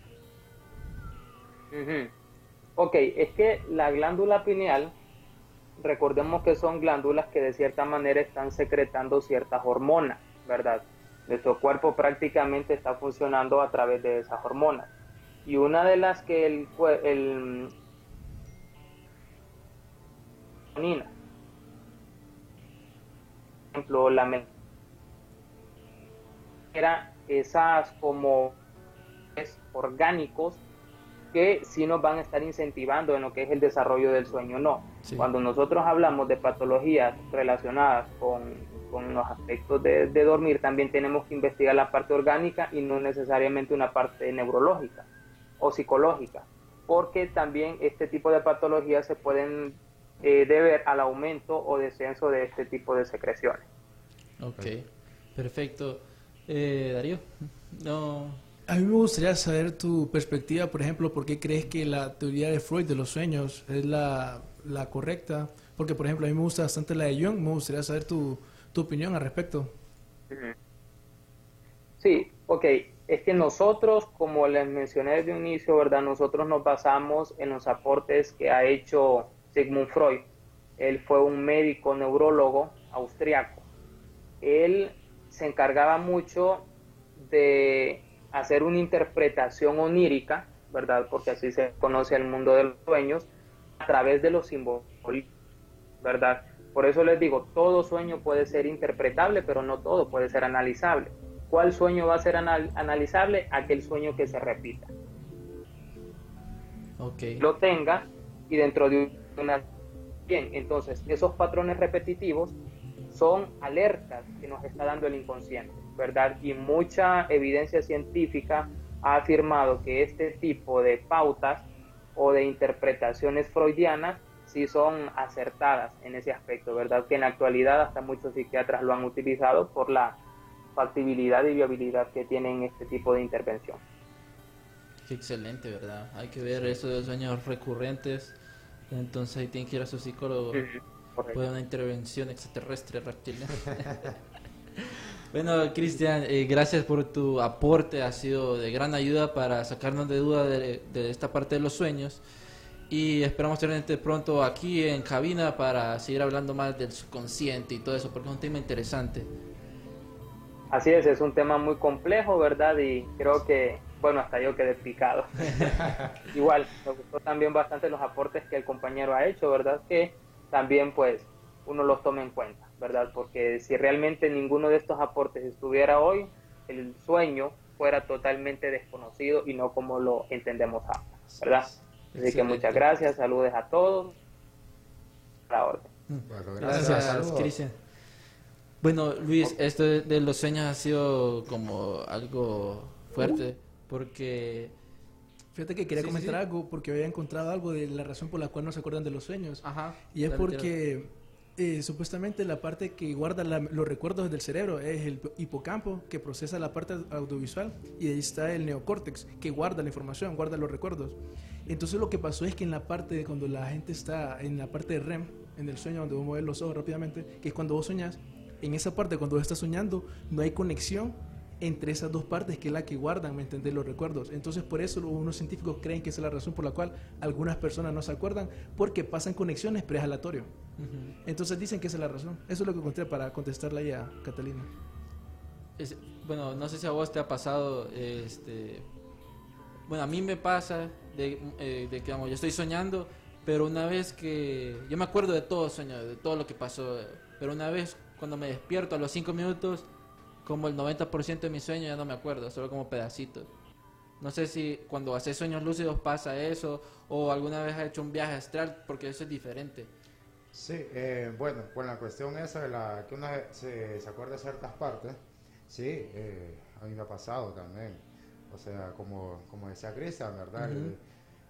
Uh-huh. Ok, es que la glándula pineal, recordemos que son glándulas que de cierta manera están secretando ciertas hormonas, ¿verdad? Nuestro cuerpo prácticamente está funcionando a través de esas hormonas. Y una de las que el, cue- el serotonina, por ejemplo, la mel- era esas como orgánicos que sí nos van a estar incentivando en lo que es el desarrollo del sueño, no. Sí. Cuando nosotros hablamos de patologías relacionadas con, con los aspectos de, de dormir, también tenemos que investigar la parte orgánica y no necesariamente una parte neurológica o psicológica, porque también este tipo de patologías se pueden eh, deber al aumento o descenso de este tipo de secreciones. Ok, perfecto. Eh, Darío, no... A mí me gustaría saber tu perspectiva, por ejemplo, ¿por qué crees que la teoría de Freud de los sueños es la, la correcta? Porque, por ejemplo, a mí me gusta bastante la de Jung, me gustaría saber tu, tu opinión al respecto. Sí, Ok, es que nosotros, como les mencioné desde un inicio, ¿verdad? Nosotros nos basamos en los aportes que ha hecho Sigmund Freud. Él fue un médico neurólogo austriaco. Él se encargaba mucho de hacer una interpretación onírica, ¿verdad? Porque así se conoce el mundo de los sueños, a través de los símbolos, ¿verdad? Por eso les digo, todo sueño puede ser interpretable, pero no todo puede ser analizable. ¿Cuál sueño va a ser anal- analizable? Aquel sueño que se repita. Ok. Lo tenga y dentro de una... Bien, entonces, esos patrones repetitivos son alertas que nos está dando el inconsciente, ¿verdad? Y mucha evidencia científica ha afirmado que este tipo de pautas o de interpretaciones freudianas sí son acertadas en ese aspecto, ¿verdad? Que en la actualidad hasta muchos psiquiatras lo han utilizado por la factibilidad y viabilidad que tienen este tipo de intervención. Qué excelente, ¿verdad? Hay que ver eso de los sueños recurrentes. Entonces ahí tiene que ir a su psicólogo. Correcto. Puede una intervención extraterrestre reptiliana. Bueno, Cristian, eh, gracias por tu aporte. Ha sido de gran ayuda para sacarnos de duda de, de esta parte de los sueños. Y esperamos tenerte pronto aquí en cabina para seguir hablando más del subconsciente y todo eso, porque es un tema interesante. Así es, es un tema muy complejo, ¿verdad? Y creo que, bueno, hasta yo quedé picado. Igual, me gustó también bastante los aportes que el compañero ha hecho, ¿verdad? Que también, pues, uno los tome en cuenta, ¿verdad? Porque si realmente ninguno de estos aportes estuviera hoy, el sueño fuera totalmente desconocido y no como lo entendemos ahora, ¿verdad? Así Excelente. que muchas gracias, saludos a todos. A la orden. Bueno, Gracias, gracias, saludos. Cristian. Bueno, Luis, esto de, de los sueños ha sido como algo fuerte, porque... Fíjate que quería Sí, sí, comentar sí. algo porque había encontrado algo de la razón por la cual no se acuerdan de los sueños. Ajá. Y es Dale, porque eh, supuestamente la parte que guarda la- los recuerdos del cerebro es el hipocampo, que procesa la parte audiovisual, y ahí está el neocórtex, que guarda la información, guarda los recuerdos. Entonces lo que pasó es que en la parte de cuando la gente está en la parte de R E M, en el sueño donde vos mueves los ojos rápidamente, que es cuando vos soñás, en esa parte cuando vos estás soñando no hay conexión entre esas dos partes, que es la que guardan, ¿me entendés?, los recuerdos. Entonces por eso unos científicos creen que esa es la razón por la cual algunas personas no se acuerdan, porque pasan conexiones, pero es aleatorio. Ujú. Entonces dicen que esa es la razón. Eso es lo que encontré para contestarle ahí a Catalina. Es- bueno, no sé si a vos te ha pasado, este, bueno, a mí me pasa de, eh, de que, digamos, yo estoy soñando, pero una vez que, yo me acuerdo de todo sueño, de todo lo que pasó, pero una vez cuando me despierto a los cinco minutos, como el noventa por ciento de mi sueño ya no me acuerdo, solo como pedacitos. No sé si cuando haces sueños lúcidos pasa eso, o alguna vez has hecho un viaje astral, porque eso es diferente. Sí, eh, bueno, con la cuestión esa de la que uno se, se acuerda de ciertas partes, sí, eh, a mí me ha pasado también. O sea, como, como decía Cristian, ¿verdad? Ujú. El-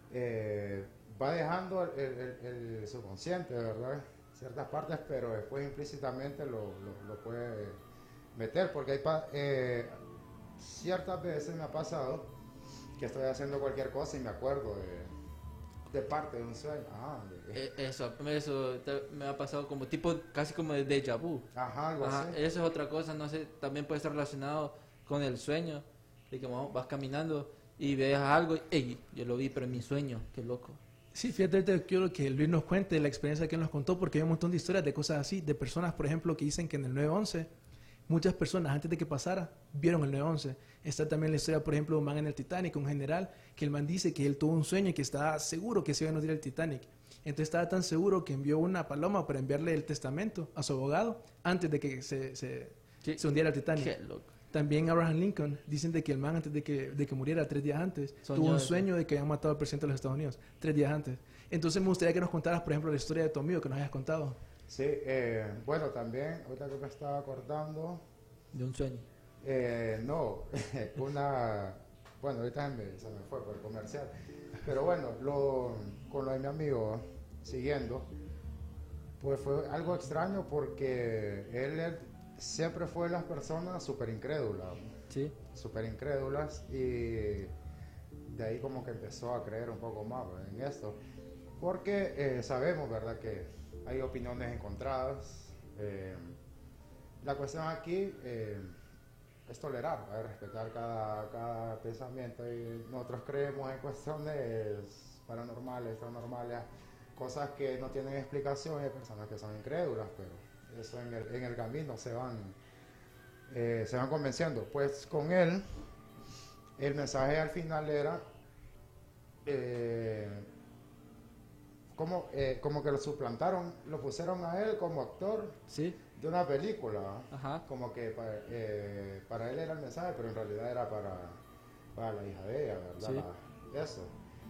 eh, va dejando el, el- el subconsciente, ¿verdad? Ciertas partes, pero después implícitamente lo, lo, lo puede meter, porque hay pa- eh, ciertas veces me ha pasado que estoy haciendo cualquier cosa y me acuerdo de, de parte de un sueño. Ah, de- Eh, Eso, eso te- me ha pasado como tipo, casi como de déjà vu. ajá, algo Ajá, así. eso es otra cosa, no sé, también puede estar relacionado con el sueño, de que vamos- vas caminando y ves algo, y, ey, yo lo vi, pero en mi sueño, qué loco. Sí, fíjate, te quiero que Luis nos cuente la experiencia que él nos contó, porque hay un montón de historias de cosas así, de personas, por ejemplo, que dicen que en el nueve once, muchas personas antes de que pasara, vieron el nueve once. Está también la historia, por ejemplo, de un man en el Titanic, un general, que el man dice que él tuvo un sueño y que estaba seguro que se iba a hundir el Titanic. Entonces estaba tan seguro que envió una paloma para enviarle el testamento a su abogado antes de que se, se, Qué- se hundiera el Titanic. Qué loco. También Abraham Lincoln, dicen de que el man antes de que, de que muriera, tres días antes, Soñó tuvo un eso. sueño de que habían matado al presidente de los Estados Unidos, tres días antes. Entonces me gustaría que nos contaras, por ejemplo, la historia de tu amigo que nos hayas contado. Sí, eh, bueno, también, ahorita que me estaba acordando, De un sueño. eh, no, una, bueno, ahorita se me, se me fue por el comercial, pero bueno, lo, con lo de mi amigo, siguiendo, pues fue algo extraño porque él, él siempre fue de las personas súper incrédulas, Sí. súper incrédulas, y de ahí como que empezó a creer un poco más en esto, porque eh, sabemos, ¿verdad?, que hay opiniones encontradas. eh, la cuestión aquí, eh, es tolerar, ¿verdad? Respetar cada, cada pensamiento. Y nosotros creemos en cuestiones paranormales, extranormales, cosas que no tienen explicación. Hay personas que son incrédulas, pero eso en el, en el camino se van, eh, se van convenciendo. Pues con él, el mensaje al final era eh, como, eh, como que lo suplantaron, lo pusieron a él como actor Sí. de una película, Ajá. como que para, eh, para él era el mensaje, pero en realidad era para, para la hija de ella, ¿verdad? Sí. La- eso.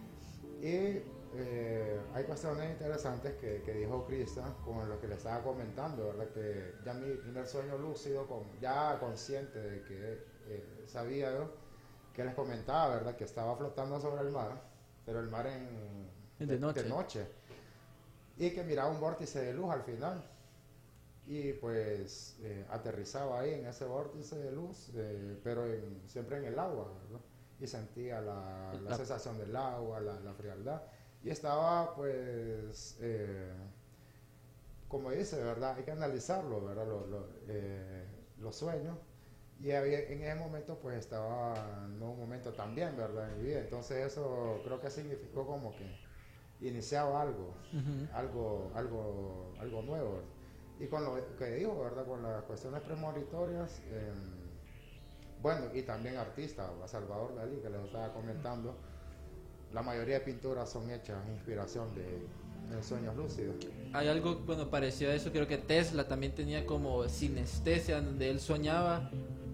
Y eh, hay cuestiones interesantes que, que dijo Cristian con lo que le estaba comentando, ¿verdad? Que ya mi primer sueño lúcido, con, ya consciente de que eh, sabía yo, que les comentaba, ¿verdad? Que estaba flotando sobre el mar, pero el mar en, De noche. de noche. Y que miraba un vórtice de luz al final. Y pues eh, aterrizaba ahí en ese vórtice de luz, eh, pero en- siempre en el agua, ¿verdad? Y sentía la, la La- sensación del agua, la, la frialdad. Y estaba pues, eh, como dice, ¿verdad? Hay que analizarlo, ¿verdad? Lo- lo- eh, los sueños. Y había- en ese momento pues estaba en un momento también, ¿verdad? En mi vida. Entonces eso creo que significó como que iniciaba algo, Ujú. algo, algo, algo nuevo. Y con lo que dijo, ¿verdad? Con las cuestiones premonitorias, eh, bueno, y también artista, a Salvador Dalí, que les estaba comentando, la mayoría de pinturas son hechas en inspiración de, de sueños lúcidos. Hay algo, bueno, parecido a eso, creo que Tesla también tenía como sinestesia, donde él soñaba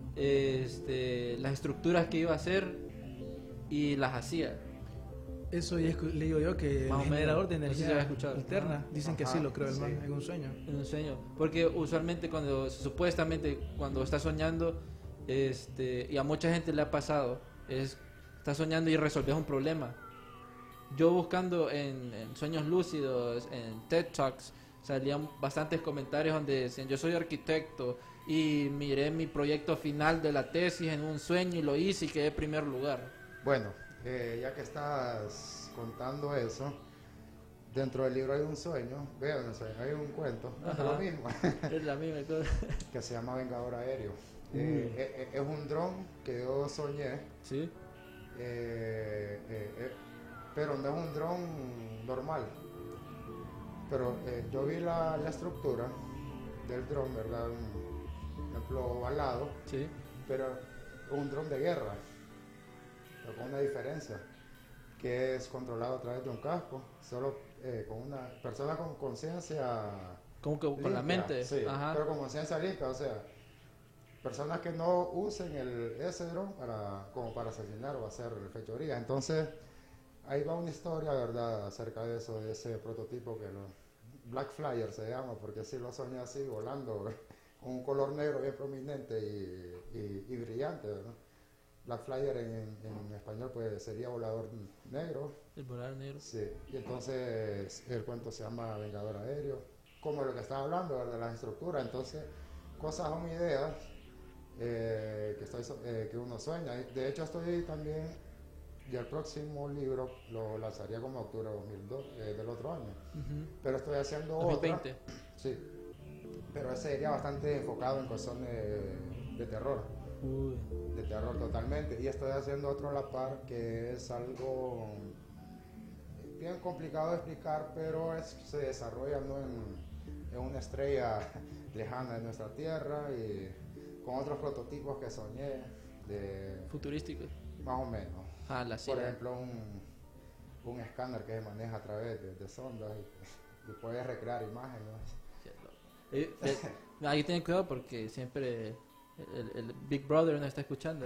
este, las estructuras que iba a hacer y las hacía. Eso ya escu- le digo yo que Más o el generador de menos. No sé si energía lo has escuchado. alterna, Ajá. dicen que Ajá, sí, lo creo el sí. man en un sueño. En un sueño, porque usualmente cuando supuestamente cuando está soñando, este, y a mucha gente le ha pasado, es está soñando y resolves un problema. Yo buscando en, en sueños lúcidos, en TED Talks, salían bastantes comentarios donde decían: yo soy arquitecto y miré mi proyecto final de la tesis en un sueño y lo hice y quedé en primer lugar. Bueno, eh, ya que estás contando eso, dentro del libro hay un sueño, vean, el sueño, hay un cuento, es Ajá. lo mismo, Es la misma cosa. que se llama Vengador Aéreo. Eh, eh, eh, es un dron que yo soñé, Sí, eh, eh, eh, pero no es un dron normal. Pero eh, yo vi la, la estructura del dron, ¿verdad? Un ejemplo ovalado, sí. pero un dron de guerra, pero con una diferencia, que es controlado a través de un casco, solo eh, con una persona con conciencia Como que con la limpia, mente. sí, Ajá. pero con conciencia limpia, o sea, personas que no usen el, ese dron para, como para asesinar o hacer fechorías. Entonces, ahí va una historia, ¿verdad?, acerca de eso, de ese prototipo que lo Black Flyer se llama, porque sí lo soñé así, volando, con un color negro bien prominente y, y, y brillante, ¿verdad? Black Flyer en, en español pues sería volador negro. El volar negro. Sí, y entonces el cuento se llama Vengador Aéreo, como lo que estaba hablando, ¿verdad?, de las estructuras. Entonces, cosas o ideas eh, que, estoy, so- eh, que uno sueña. De hecho, estoy también, y el próximo libro lo lanzaría como octubre de dos mil dos, eh, del otro año. Ujú. Pero estoy haciendo dos mil otra. veinte. Sí, pero ese sería bastante enfocado en cuestiones de, de terror, Uy. de terror totalmente. Y estoy haciendo otro a la par que es algo bien complicado de explicar, pero es, se desarrolla, ¿no?, en, en una estrella lejana de nuestra Tierra y con otros prototipos que soñé, de Futurístico. más o menos. Ah, la Por silla. ejemplo, un, un escáner que se maneja a través de, de sondas y, y puede recrear imágenes. Eh, eh, ahí ten cuidado porque siempre el, el Big Brother nos está escuchando.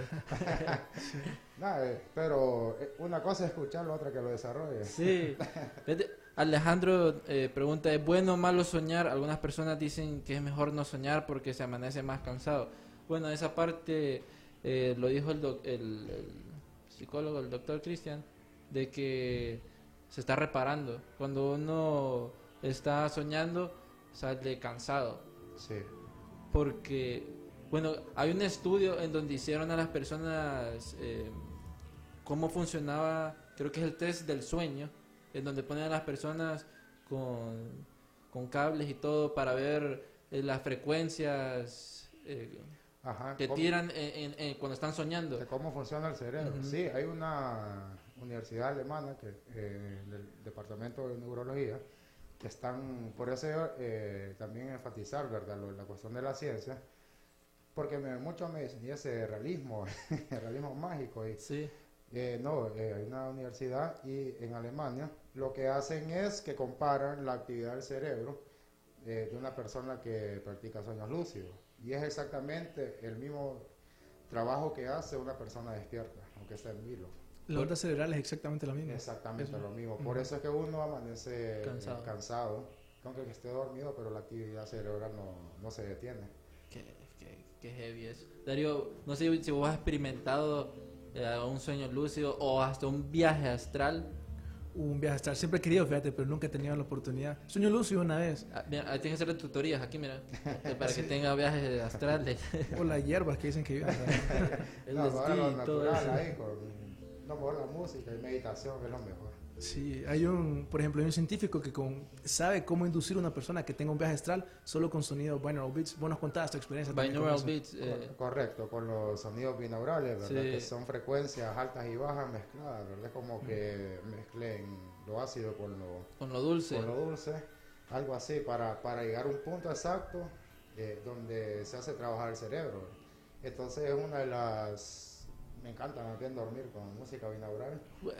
Nada, eh, pero eh, una cosa es escucharlo, otra que lo desarrolle. Sí. Fíjate, Alejandro eh, pregunta: ¿es bueno o malo soñar? Algunas personas dicen que es mejor no soñar porque se amanece más cansado. Bueno, esa parte eh, lo dijo el, doc- el, el psicólogo, el doctor Cristian, de que se está reparando. Cuando uno está soñando, sale cansado. Sí, Porque, bueno, hay un estudio en donde hicieron a las personas eh, cómo funcionaba, creo que es el test del sueño, en donde ponen a las personas con, con cables y todo para ver eh, las frecuencias. eh, Ajá, que ¿cómo? tiran en- en- en- cuando están soñando. De cómo funciona el cerebro. Ujú. Sí, hay una universidad alemana que eh, del departamento de neurología que están, por eso eh, también enfatizar, ¿verdad?, lo- la cuestión de la ciencia, porque me, muchos me dicen, y ese realismo, el realismo mágico, y Sí. eh, no, eh, hay una universidad y en Alemania lo que hacen es que comparan la actividad del cerebro eh, de una persona que practica sueños lúcidos, y es exactamente el mismo trabajo que hace una persona despierta, aunque esté en vilo. La onda cerebral es exactamente la misma. Exactamente Eso. lo mismo. Por Ujú. eso es que uno amanece eh, Cansado. cansado, aunque esté dormido, pero la actividad cerebral no, no se detiene. Qué, qué- qué heavy es. Darío, no sé si vos has experimentado eh, un sueño lúcido o hasta un viaje astral. Un viaje astral. Siempre he querido, fíjate, pero nunca he tenido la oportunidad. Sueño lúcido una vez. Ah, mira, ahí tienes que hacer tutorías aquí, mira, eh, para que tenga viajes astrales. O las hierbas que dicen que viven. El No, ahora lo L S D y todo natural eso. ahí, con no, mejor la música y meditación es lo mejor. Sí, hay un, por ejemplo, hay un científico que con, sabe cómo inducir a una persona que tenga un viaje astral solo con sonido binaural beats. Vos nos contabas tu experiencia también con Binaural eso. beats. eh, Cor- Correcto, con los sonidos binaurales, ¿verdad? Sí. Que son frecuencias altas y bajas mezcladas, ¿verdad? Es como que mezclen lo ácido con lo, con lo dulce. con lo dulce, algo así, para, para llegar a un punto exacto eh, donde se hace trabajar el cerebro. Entonces es una de las... Me encanta también dormir con música binaural. Bue-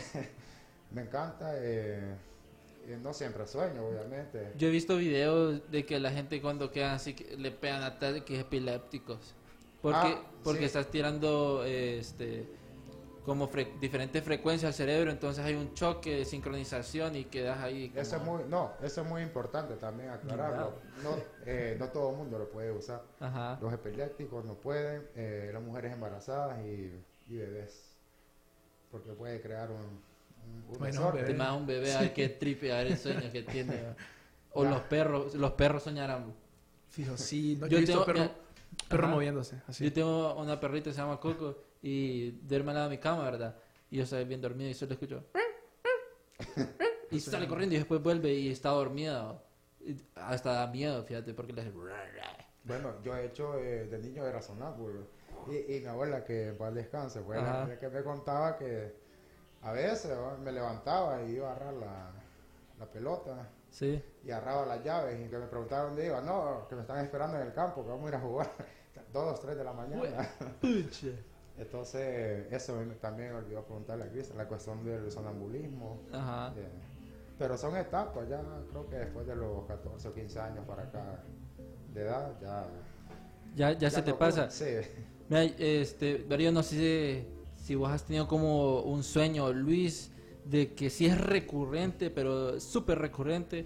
Me encanta, eh, eh, no siempre sueño, obviamente. Yo he visto videos de que la gente cuando quedan así que le pegan ataques epilépticos. Porque, Ah, porque sí. estás tirando eh, este como fre- diferentes frecuencias al cerebro, entonces hay un choque de sincronización y quedas ahí. Como... Eso es muy, no, eso es muy importante también aclararlo. No, eh, no todo el mundo lo puede usar. Ajá. Los epilépticos no pueden, eh, las mujeres embarazadas y, y bebés, porque puede crear un, un, un Bueno, desorden. Te manda un bebé, ay, qué tripe, a ver el sueño que tiene. ¿va? O los perros, los perros soñarán. Fijo, sí. No, Yo yo he visto tengo- perro, mira, perro ajá. moviéndose. Así. Yo tengo una perrita que se llama Coco y duerme al lado de mi cama, ¿verdad? Y yo estoy bien dormido y solo escucho. Y sale corriendo y después vuelve y está dormida. Y hasta da miedo, fíjate, porque le hace. Bueno, yo he hecho, eh, de niño era sonámbulo. Y, y mi abuela, que en paz descanse, fue la Ajá. que me contaba que a veces ¿va? me levantaba y iba a agarrar la, la pelota Sí. y agarraba las llaves y que me preguntaban dónde iba. No, que me están esperando en el campo, que vamos a ir a jugar. Dos, tres de la mañana. Entonces, eso me- también me olvidó preguntarle a Cristian, la cuestión del sonambulismo. Ajá. Eh, pero son etapas, ya creo que después de los catorce o quince años para acá de edad, ya... Ya, ya, se no te ocurre. pasa. Sí. Mira, este, Darío, no sé si, si vos has tenido como un sueño, Luis, de que sí es recurrente, pero súper recurrente.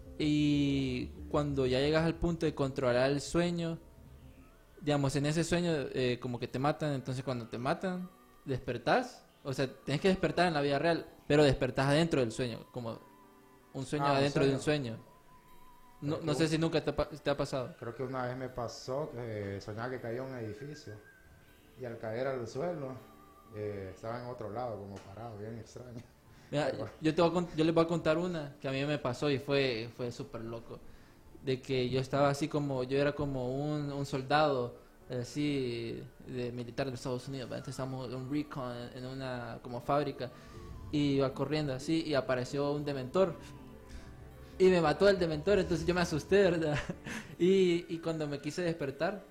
Y cuando ya llegas al punto de controlar el sueño, digamos, en ese sueño eh, como que te matan, entonces cuando te matan, despertás. O sea, tenés que despertar en la vida real, pero despertás adentro del sueño, como un sueño Ah, un adentro de sueño. un sueño. No, Pero no qué sé bu- si nunca te, ha pa- te ha pasado. Creo que una vez me pasó que soñaba que caía un edificio y al caer al suelo eh, estaba en otro lado, como parado, bien extraño. Mira, Pero- yo, te voy a cont- yo les voy a contar una que a mí me pasó y fue, fue súper loco. De que yo estaba así como, yo era como un, un soldado así de militar de Estados Unidos, ¿verdad? Entonces estábamos en un recon en una como fábrica y iba corriendo así y apareció un dementor. Y me mató el dementor, entonces yo me asusté, ¿verdad? Y, y cuando me quise despertar,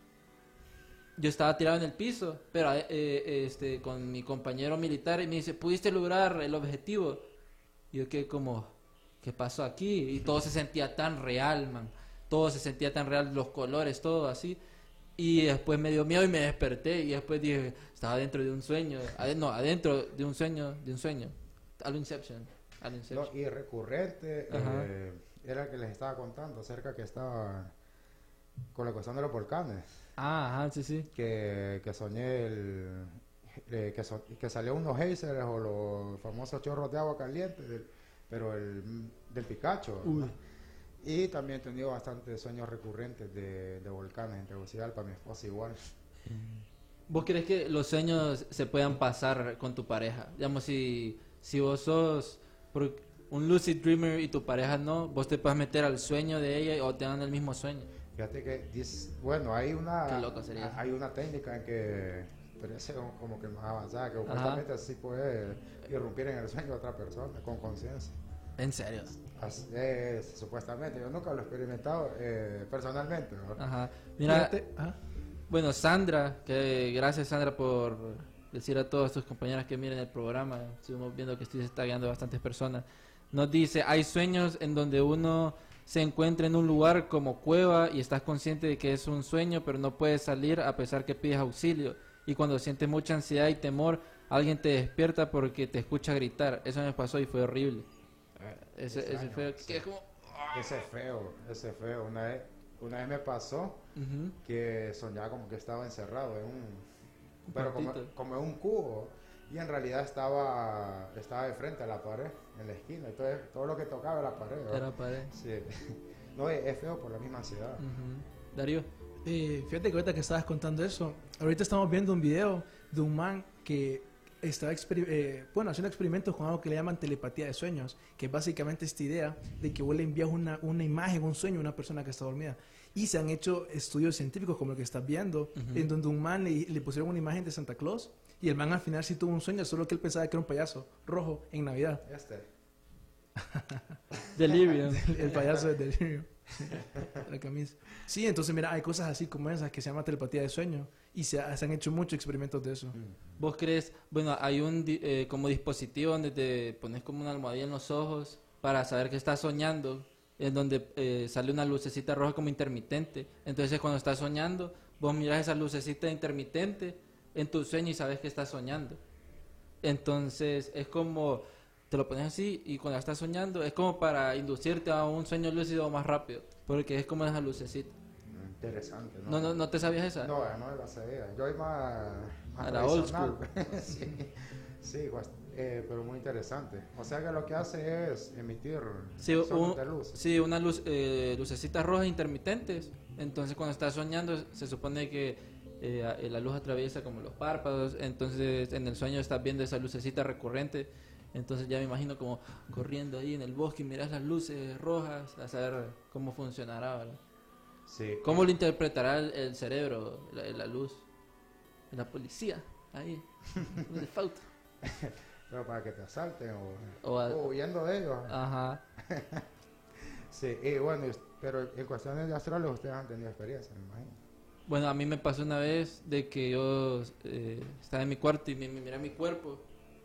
yo estaba tirado en el piso, pero eh, eh, este, con mi compañero militar y me dice, ¿pudiste lograr el objetivo? Y yo quedé como, ¿qué pasó aquí? Y todo se sentía tan real, man. Todo se sentía tan real, los colores, todo así. Y después me dio miedo y me desperté y después dije, estaba dentro de un sueño. Ade- no, adentro de un sueño, de un sueño. Al Inception. Al No, Inception. y recurrente Ajá. eh, era el que les estaba contando acerca que estaba con la cuestión de los volcanes, Ah, ajá, sí, sí. que, que soñé el, eh, que, so- que salió unos geysers o los famosos chorros de agua caliente, del- pero el, del Picacho. ¿verdad? Y también he tenido bastantes sueños recurrentes de, de volcanes en Tegucigalpa, mi esposa igual. ¿Vos crees que los sueños se puedan pasar con tu pareja? Digamos, si, si vos sos por- un lucid dreamer y tu pareja no, vos te puedes meter al sueño de ella o tengan el mismo sueño. Fíjate que, dice- bueno, hay una, Qué loco sería eso. hay una técnica en que, pero ese es como que más avanzada, que Ajá. supuestamente así puede irrumpir en el sueño de otra persona con conciencia. En serio. Así es, supuestamente, yo nunca lo he experimentado eh, personalmente, ¿no? Ajá. Mira, Fíjate, ajá. bueno, Sandra, que gracias Sandra por decir a todas tus compañeras que miren el programa. Estuvimos viendo que sí se está guiando bastantes personas. Nos dice, hay sueños en donde uno se encuentra en un lugar como cueva y estás consciente de que es un sueño, pero no puedes salir a pesar que pides auxilio. Y cuando sientes mucha ansiedad y temor, alguien te despierta porque te escucha gritar. Eso me pasó y fue horrible. Ese, ese Extraño, fue, sí. que es como... Ese es feo, ese es feo. Una vez, una vez me pasó Ujú. que soñaba como que estaba encerrado en un, Un pero como, cuartito. como en un cubo, y en realidad estaba, estaba de frente a la pared, en la esquina, entonces todo lo que tocaba era la pared, ¿verdad? Era pared. Sí. No, es, es feo por la misma ansiedad. Ujú. Darío. Eh, fíjate que ahorita que estabas contando eso, ahorita estamos viendo un video de un man que estaba exper- eh, bueno, haciendo experimentos con algo que le llaman telepatía de sueños, que es básicamente esta idea de que vos le envías una, una imagen, un sueño a una persona que está dormida. Y se han hecho estudios científicos como el que estás viendo, Ujú. en donde un man le, le pusieron una imagen de Santa Claus y el man al final sí tuvo un sueño, solo que él pensaba que era un payaso rojo en Navidad. Este. Delirium. El payaso de Delirium. La camisa. Sí, entonces mira, hay cosas así como esas que se llama telepatía de sueño y se, ha- se han hecho muchos experimentos de eso. ¿Vos crees? Bueno, hay un di- eh, como dispositivo donde te pones como una almohadilla en los ojos para saber que estás soñando, en donde eh, sale una lucecita roja como intermitente. Entonces cuando estás soñando, vos miras esa lucecita intermitente en tu sueño y sabes que estás soñando. Entonces es como, te lo pones así y cuando estás soñando es como para inducirte a un sueño lúcido más rápido, porque es como esa lucecita. Interesante, ¿no? ¿No, no, no te sabías esa? No, no me la sabía. Yo soy más, más A la old tradicional. sí, sí, pues, eh, pero muy interesante. O sea que lo que hace es emitir Sí, sonidos un- de luz. sí, una luz, eh, lucecitas rojas intermitentes. Entonces cuando estás soñando se supone que eh, a- la luz atraviesa como los párpados. Entonces en el sueño estás viendo esa lucecita recurrente. Entonces ya me imagino como corriendo ahí en el bosque y miras las luces rojas a saber cómo funcionará, ¿verdad? Sí. ¿Cómo lo interpretará el, el cerebro, la, la luz? La policía, ahí, de falta. Pero para que te asalten o, O a- o huyendo de ellos. Ajá. Sí, y bueno, y- pero en cuestiones de astrales ustedes han tenido experiencia, me imagino. Bueno, a mí me pasó una vez de que yo eh, estaba en mi cuarto y me, me miré mi cuerpo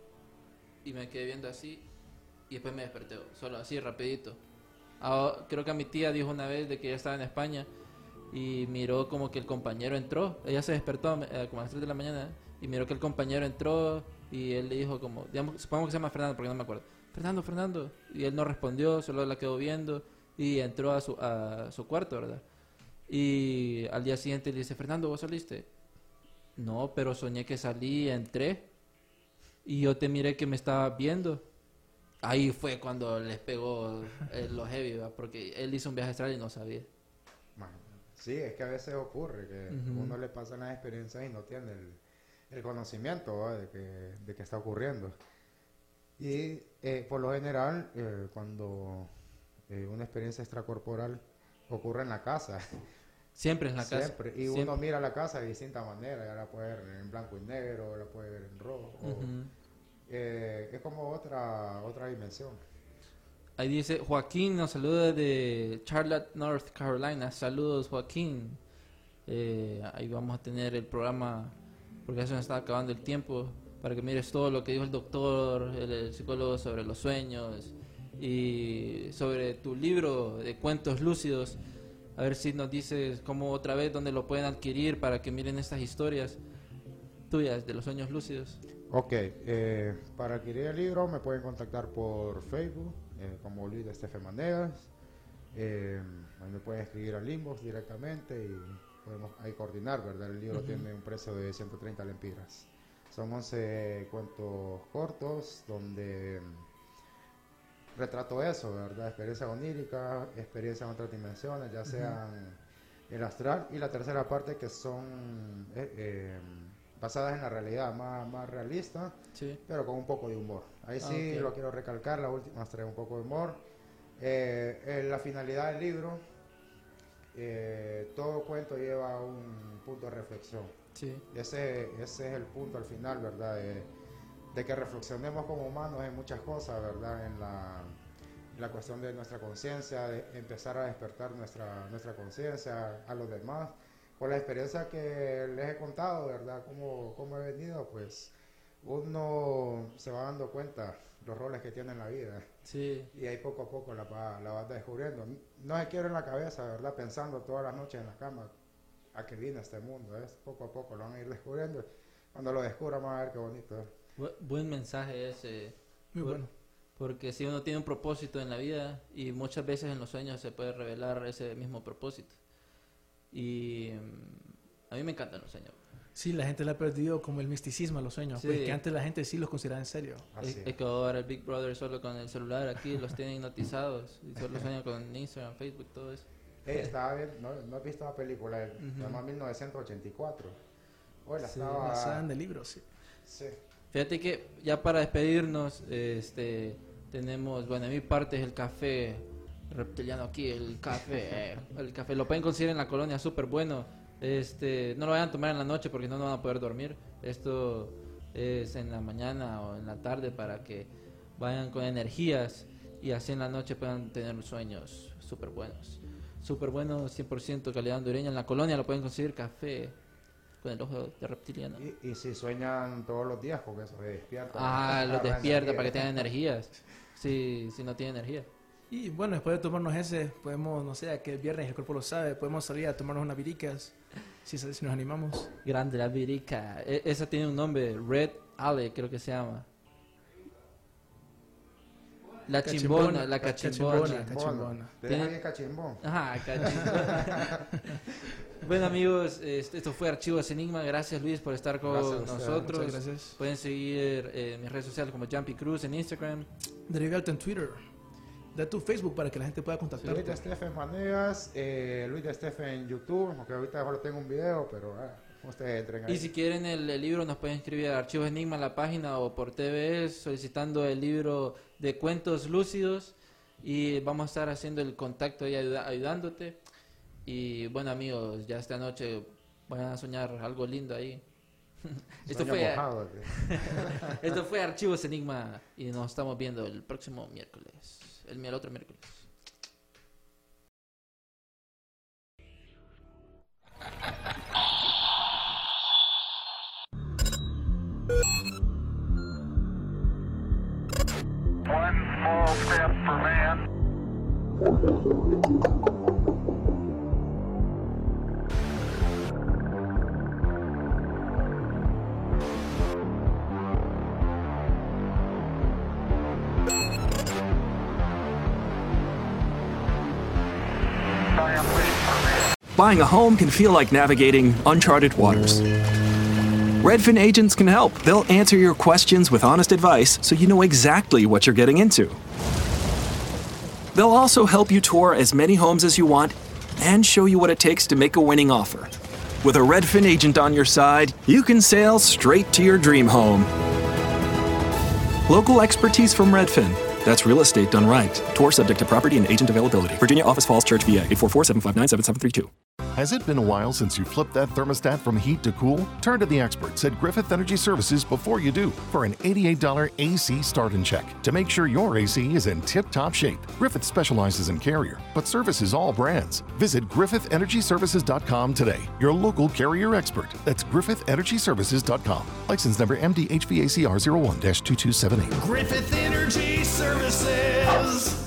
y me quedé viendo así y después me desperté, solo así, rapidito. Ah, creo que a mi tía dijo una vez de que ella estaba en España y miró como que el compañero entró. Ella se despertó eh, como a las tres de la mañana y miró que el compañero entró y él le dijo como, digamos, supongo que se llama Fernando porque no me acuerdo. Fernando, Fernando. Y él no respondió, solo la quedó viendo y entró a su, a su cuarto, ¿verdad? Y al día siguiente le dice, Fernando, ¿vos saliste? No, pero soñé que salí, entré y yo te miré que me estabas viendo. Ahí fue cuando les pegó eh, lo heavy, ¿verdad? Porque él hizo un viaje astral y no sabía. Bueno, sí, es que a veces ocurre que Ujú. uno le pasan las experiencias y no tiene el, el conocimiento, ¿va? de que, de que está ocurriendo. Y eh, por lo general, eh, cuando eh, una experiencia extracorporal ocurre en la casa, Siempre en la casa. siempre, y Siempre. uno mira la casa de distintas maneras, ya la puede ver en blanco y negro, la puede ver en rojo, Ujú. eh, es como otra, otra dimensión. Ahí dice, Joaquín nos saluda de Charlotte, North Carolina. Saludos, Joaquín. Eh, ahí vamos a tener el programa, porque ya se nos está acabando el tiempo, para que mires todo lo que dijo el doctor, el, el psicólogo sobre los sueños y sobre tu libro de cuentos lúcidos. A ver si nos dices cómo otra vez, dónde lo pueden adquirir para que miren estas historias tuyas de los sueños lúcidos. Ok, eh, para adquirir el libro me pueden contactar por Facebook, eh, como Luis de Estefe Manegas. Eh, ahí me pueden escribir al inbox directamente y podemos ahí coordinar, ¿verdad? El libro Ujú. tiene un precio de ciento treinta lempiras. Son once cuentos cortos donde mm, retrato eso, ¿verdad? Experiencia onírica, experiencia en otras dimensiones, ya sean el astral y la tercera parte que son eh, eh, basadas en la realidad, más, más realista, Sí. pero con un poco de humor. Ahí Ah, sí ok. lo quiero recalcar, la última trae un poco de humor. Eh, eh, la finalidad del libro eh, todo cuento lleva un punto de reflexión. Sí. Y ese, ese es el punto al final, ¿verdad? De, de que reflexionemos como humanos en muchas cosas, ¿verdad? En la, en la cuestión de nuestra conciencia, de empezar a despertar nuestra, nuestra conciencia a los demás. Con la experiencia que les he contado, ¿verdad? Cómo, cómo he venido, pues uno se va dando cuenta los roles que tiene en la vida. Sí. Y ahí poco a poco la va, la vas descubriendo. No se quiere en la cabeza, ¿verdad? Pensando todas las noches en la cama a que viene este mundo. Es poco a poco lo van a ir descubriendo. Cuando lo descubran van a ver qué bonito es. Bu- buen mensaje ese. Muy Por- bueno. Porque si uno tiene un propósito en la vida y muchas veces en los sueños se puede revelar ese mismo propósito. Y mm, a mí me encantan los sueños. Sí, la gente le ha perdido como el misticismo a los sueños. Sí. Pues que antes la gente sí los consideraba en serio. Así Es, es. es que ahora el Big Brother solo con el celular aquí los tienen hipnotizados y solo sueñan con Instagram, Facebook, todo eso. Hey, estaba bien, no, no he visto la película, se Ujú. llama mil novecientos ochenta y cuatro. Hoy la Sí, estaba... Basada en de libros, sí. Sí. Fíjate que ya para despedirnos, este, tenemos, bueno, en mi parte es el café reptiliano aquí, el café, eh, el café lo pueden conseguir en la colonia, súper bueno. Este, no lo vayan a tomar en la noche porque no, no van a poder dormir. Esto es en la mañana o en la tarde para que vayan con energías y así en la noche puedan tener sueños súper buenos. Súper buenos, cien por ciento calidad hondureña. En la colonia lo pueden conseguir café con el ojo de reptiliano. Y, y si sueñan todos los días, porque eso se despierta. Ah, los Agarra despierta energía. para que tengan energías. Sí, si no tiene energía. Y bueno, después de tomarnos ese, podemos, no sé, que el viernes el cuerpo lo sabe, podemos salir a tomarnos unas viricas, si, si nos animamos. Grande la virica. E- esa tiene un nombre, Red Ale, creo que se llama. La chimbona, la cachimbona. cachimbona. Cachimbona. Te Tiene- deja bien cachimbón. Ajá, cachimbona. Bueno amigos, este, esto fue Archivos Enigma. Gracias Luis por estar con Gracias a ustedes. nosotros. Muchas gracias. Pueden seguir eh, mis redes sociales como Jumpy Cruz en Instagram. Darío Galto en Twitter. Da tu Facebook para que la gente pueda Luis contactarte. de Stephen Manegas, eh, Luis de Stephen en YouTube, aunque ahorita solo tengo un video, pero ah, ustedes entren ahí. Y si quieren el, el libro nos pueden escribir a Archivos Enigma en la página o por T V S solicitando el libro de cuentos lúcidos y vamos a estar haciendo el contacto y ayuda- ayudándote. Y bueno amigos, ya esta noche vayan a soñar algo lindo ahí. Esto Sueño fue, mojado, que- esto fue Archivos Enigma y nos estamos viendo el próximo miércoles. El, el otro miércoles. One small step for man. Giant leap for man. Buying a home can feel like navigating uncharted waters. Redfin agents can help. They'll answer your questions with honest advice so you know exactly what you're getting into. They'll also help you tour as many homes as you want and show you what it takes to make a winning offer. With a Redfin agent on your side, you can sail straight to your dream home. Local expertise from Redfin. That's real estate done right. Tour subject to property and agent availability. Virginia Office Falls Church, V A, eight four four, seven five nine, seven seven three two. Has it been a while since you flipped that thermostat from heat to cool? Turn to the experts at Griffith Energy Services before you do for an eighty-eight dollars A C start and check to make sure your A C is in tip-top shape. Griffith specializes in Carrier, but services all brands. Visit griffith energy services dot com today. Your local Carrier expert. That's griffith energy services dot com. License number M D H V A C R zero one dash two two seven eight. Griffith Energy Services.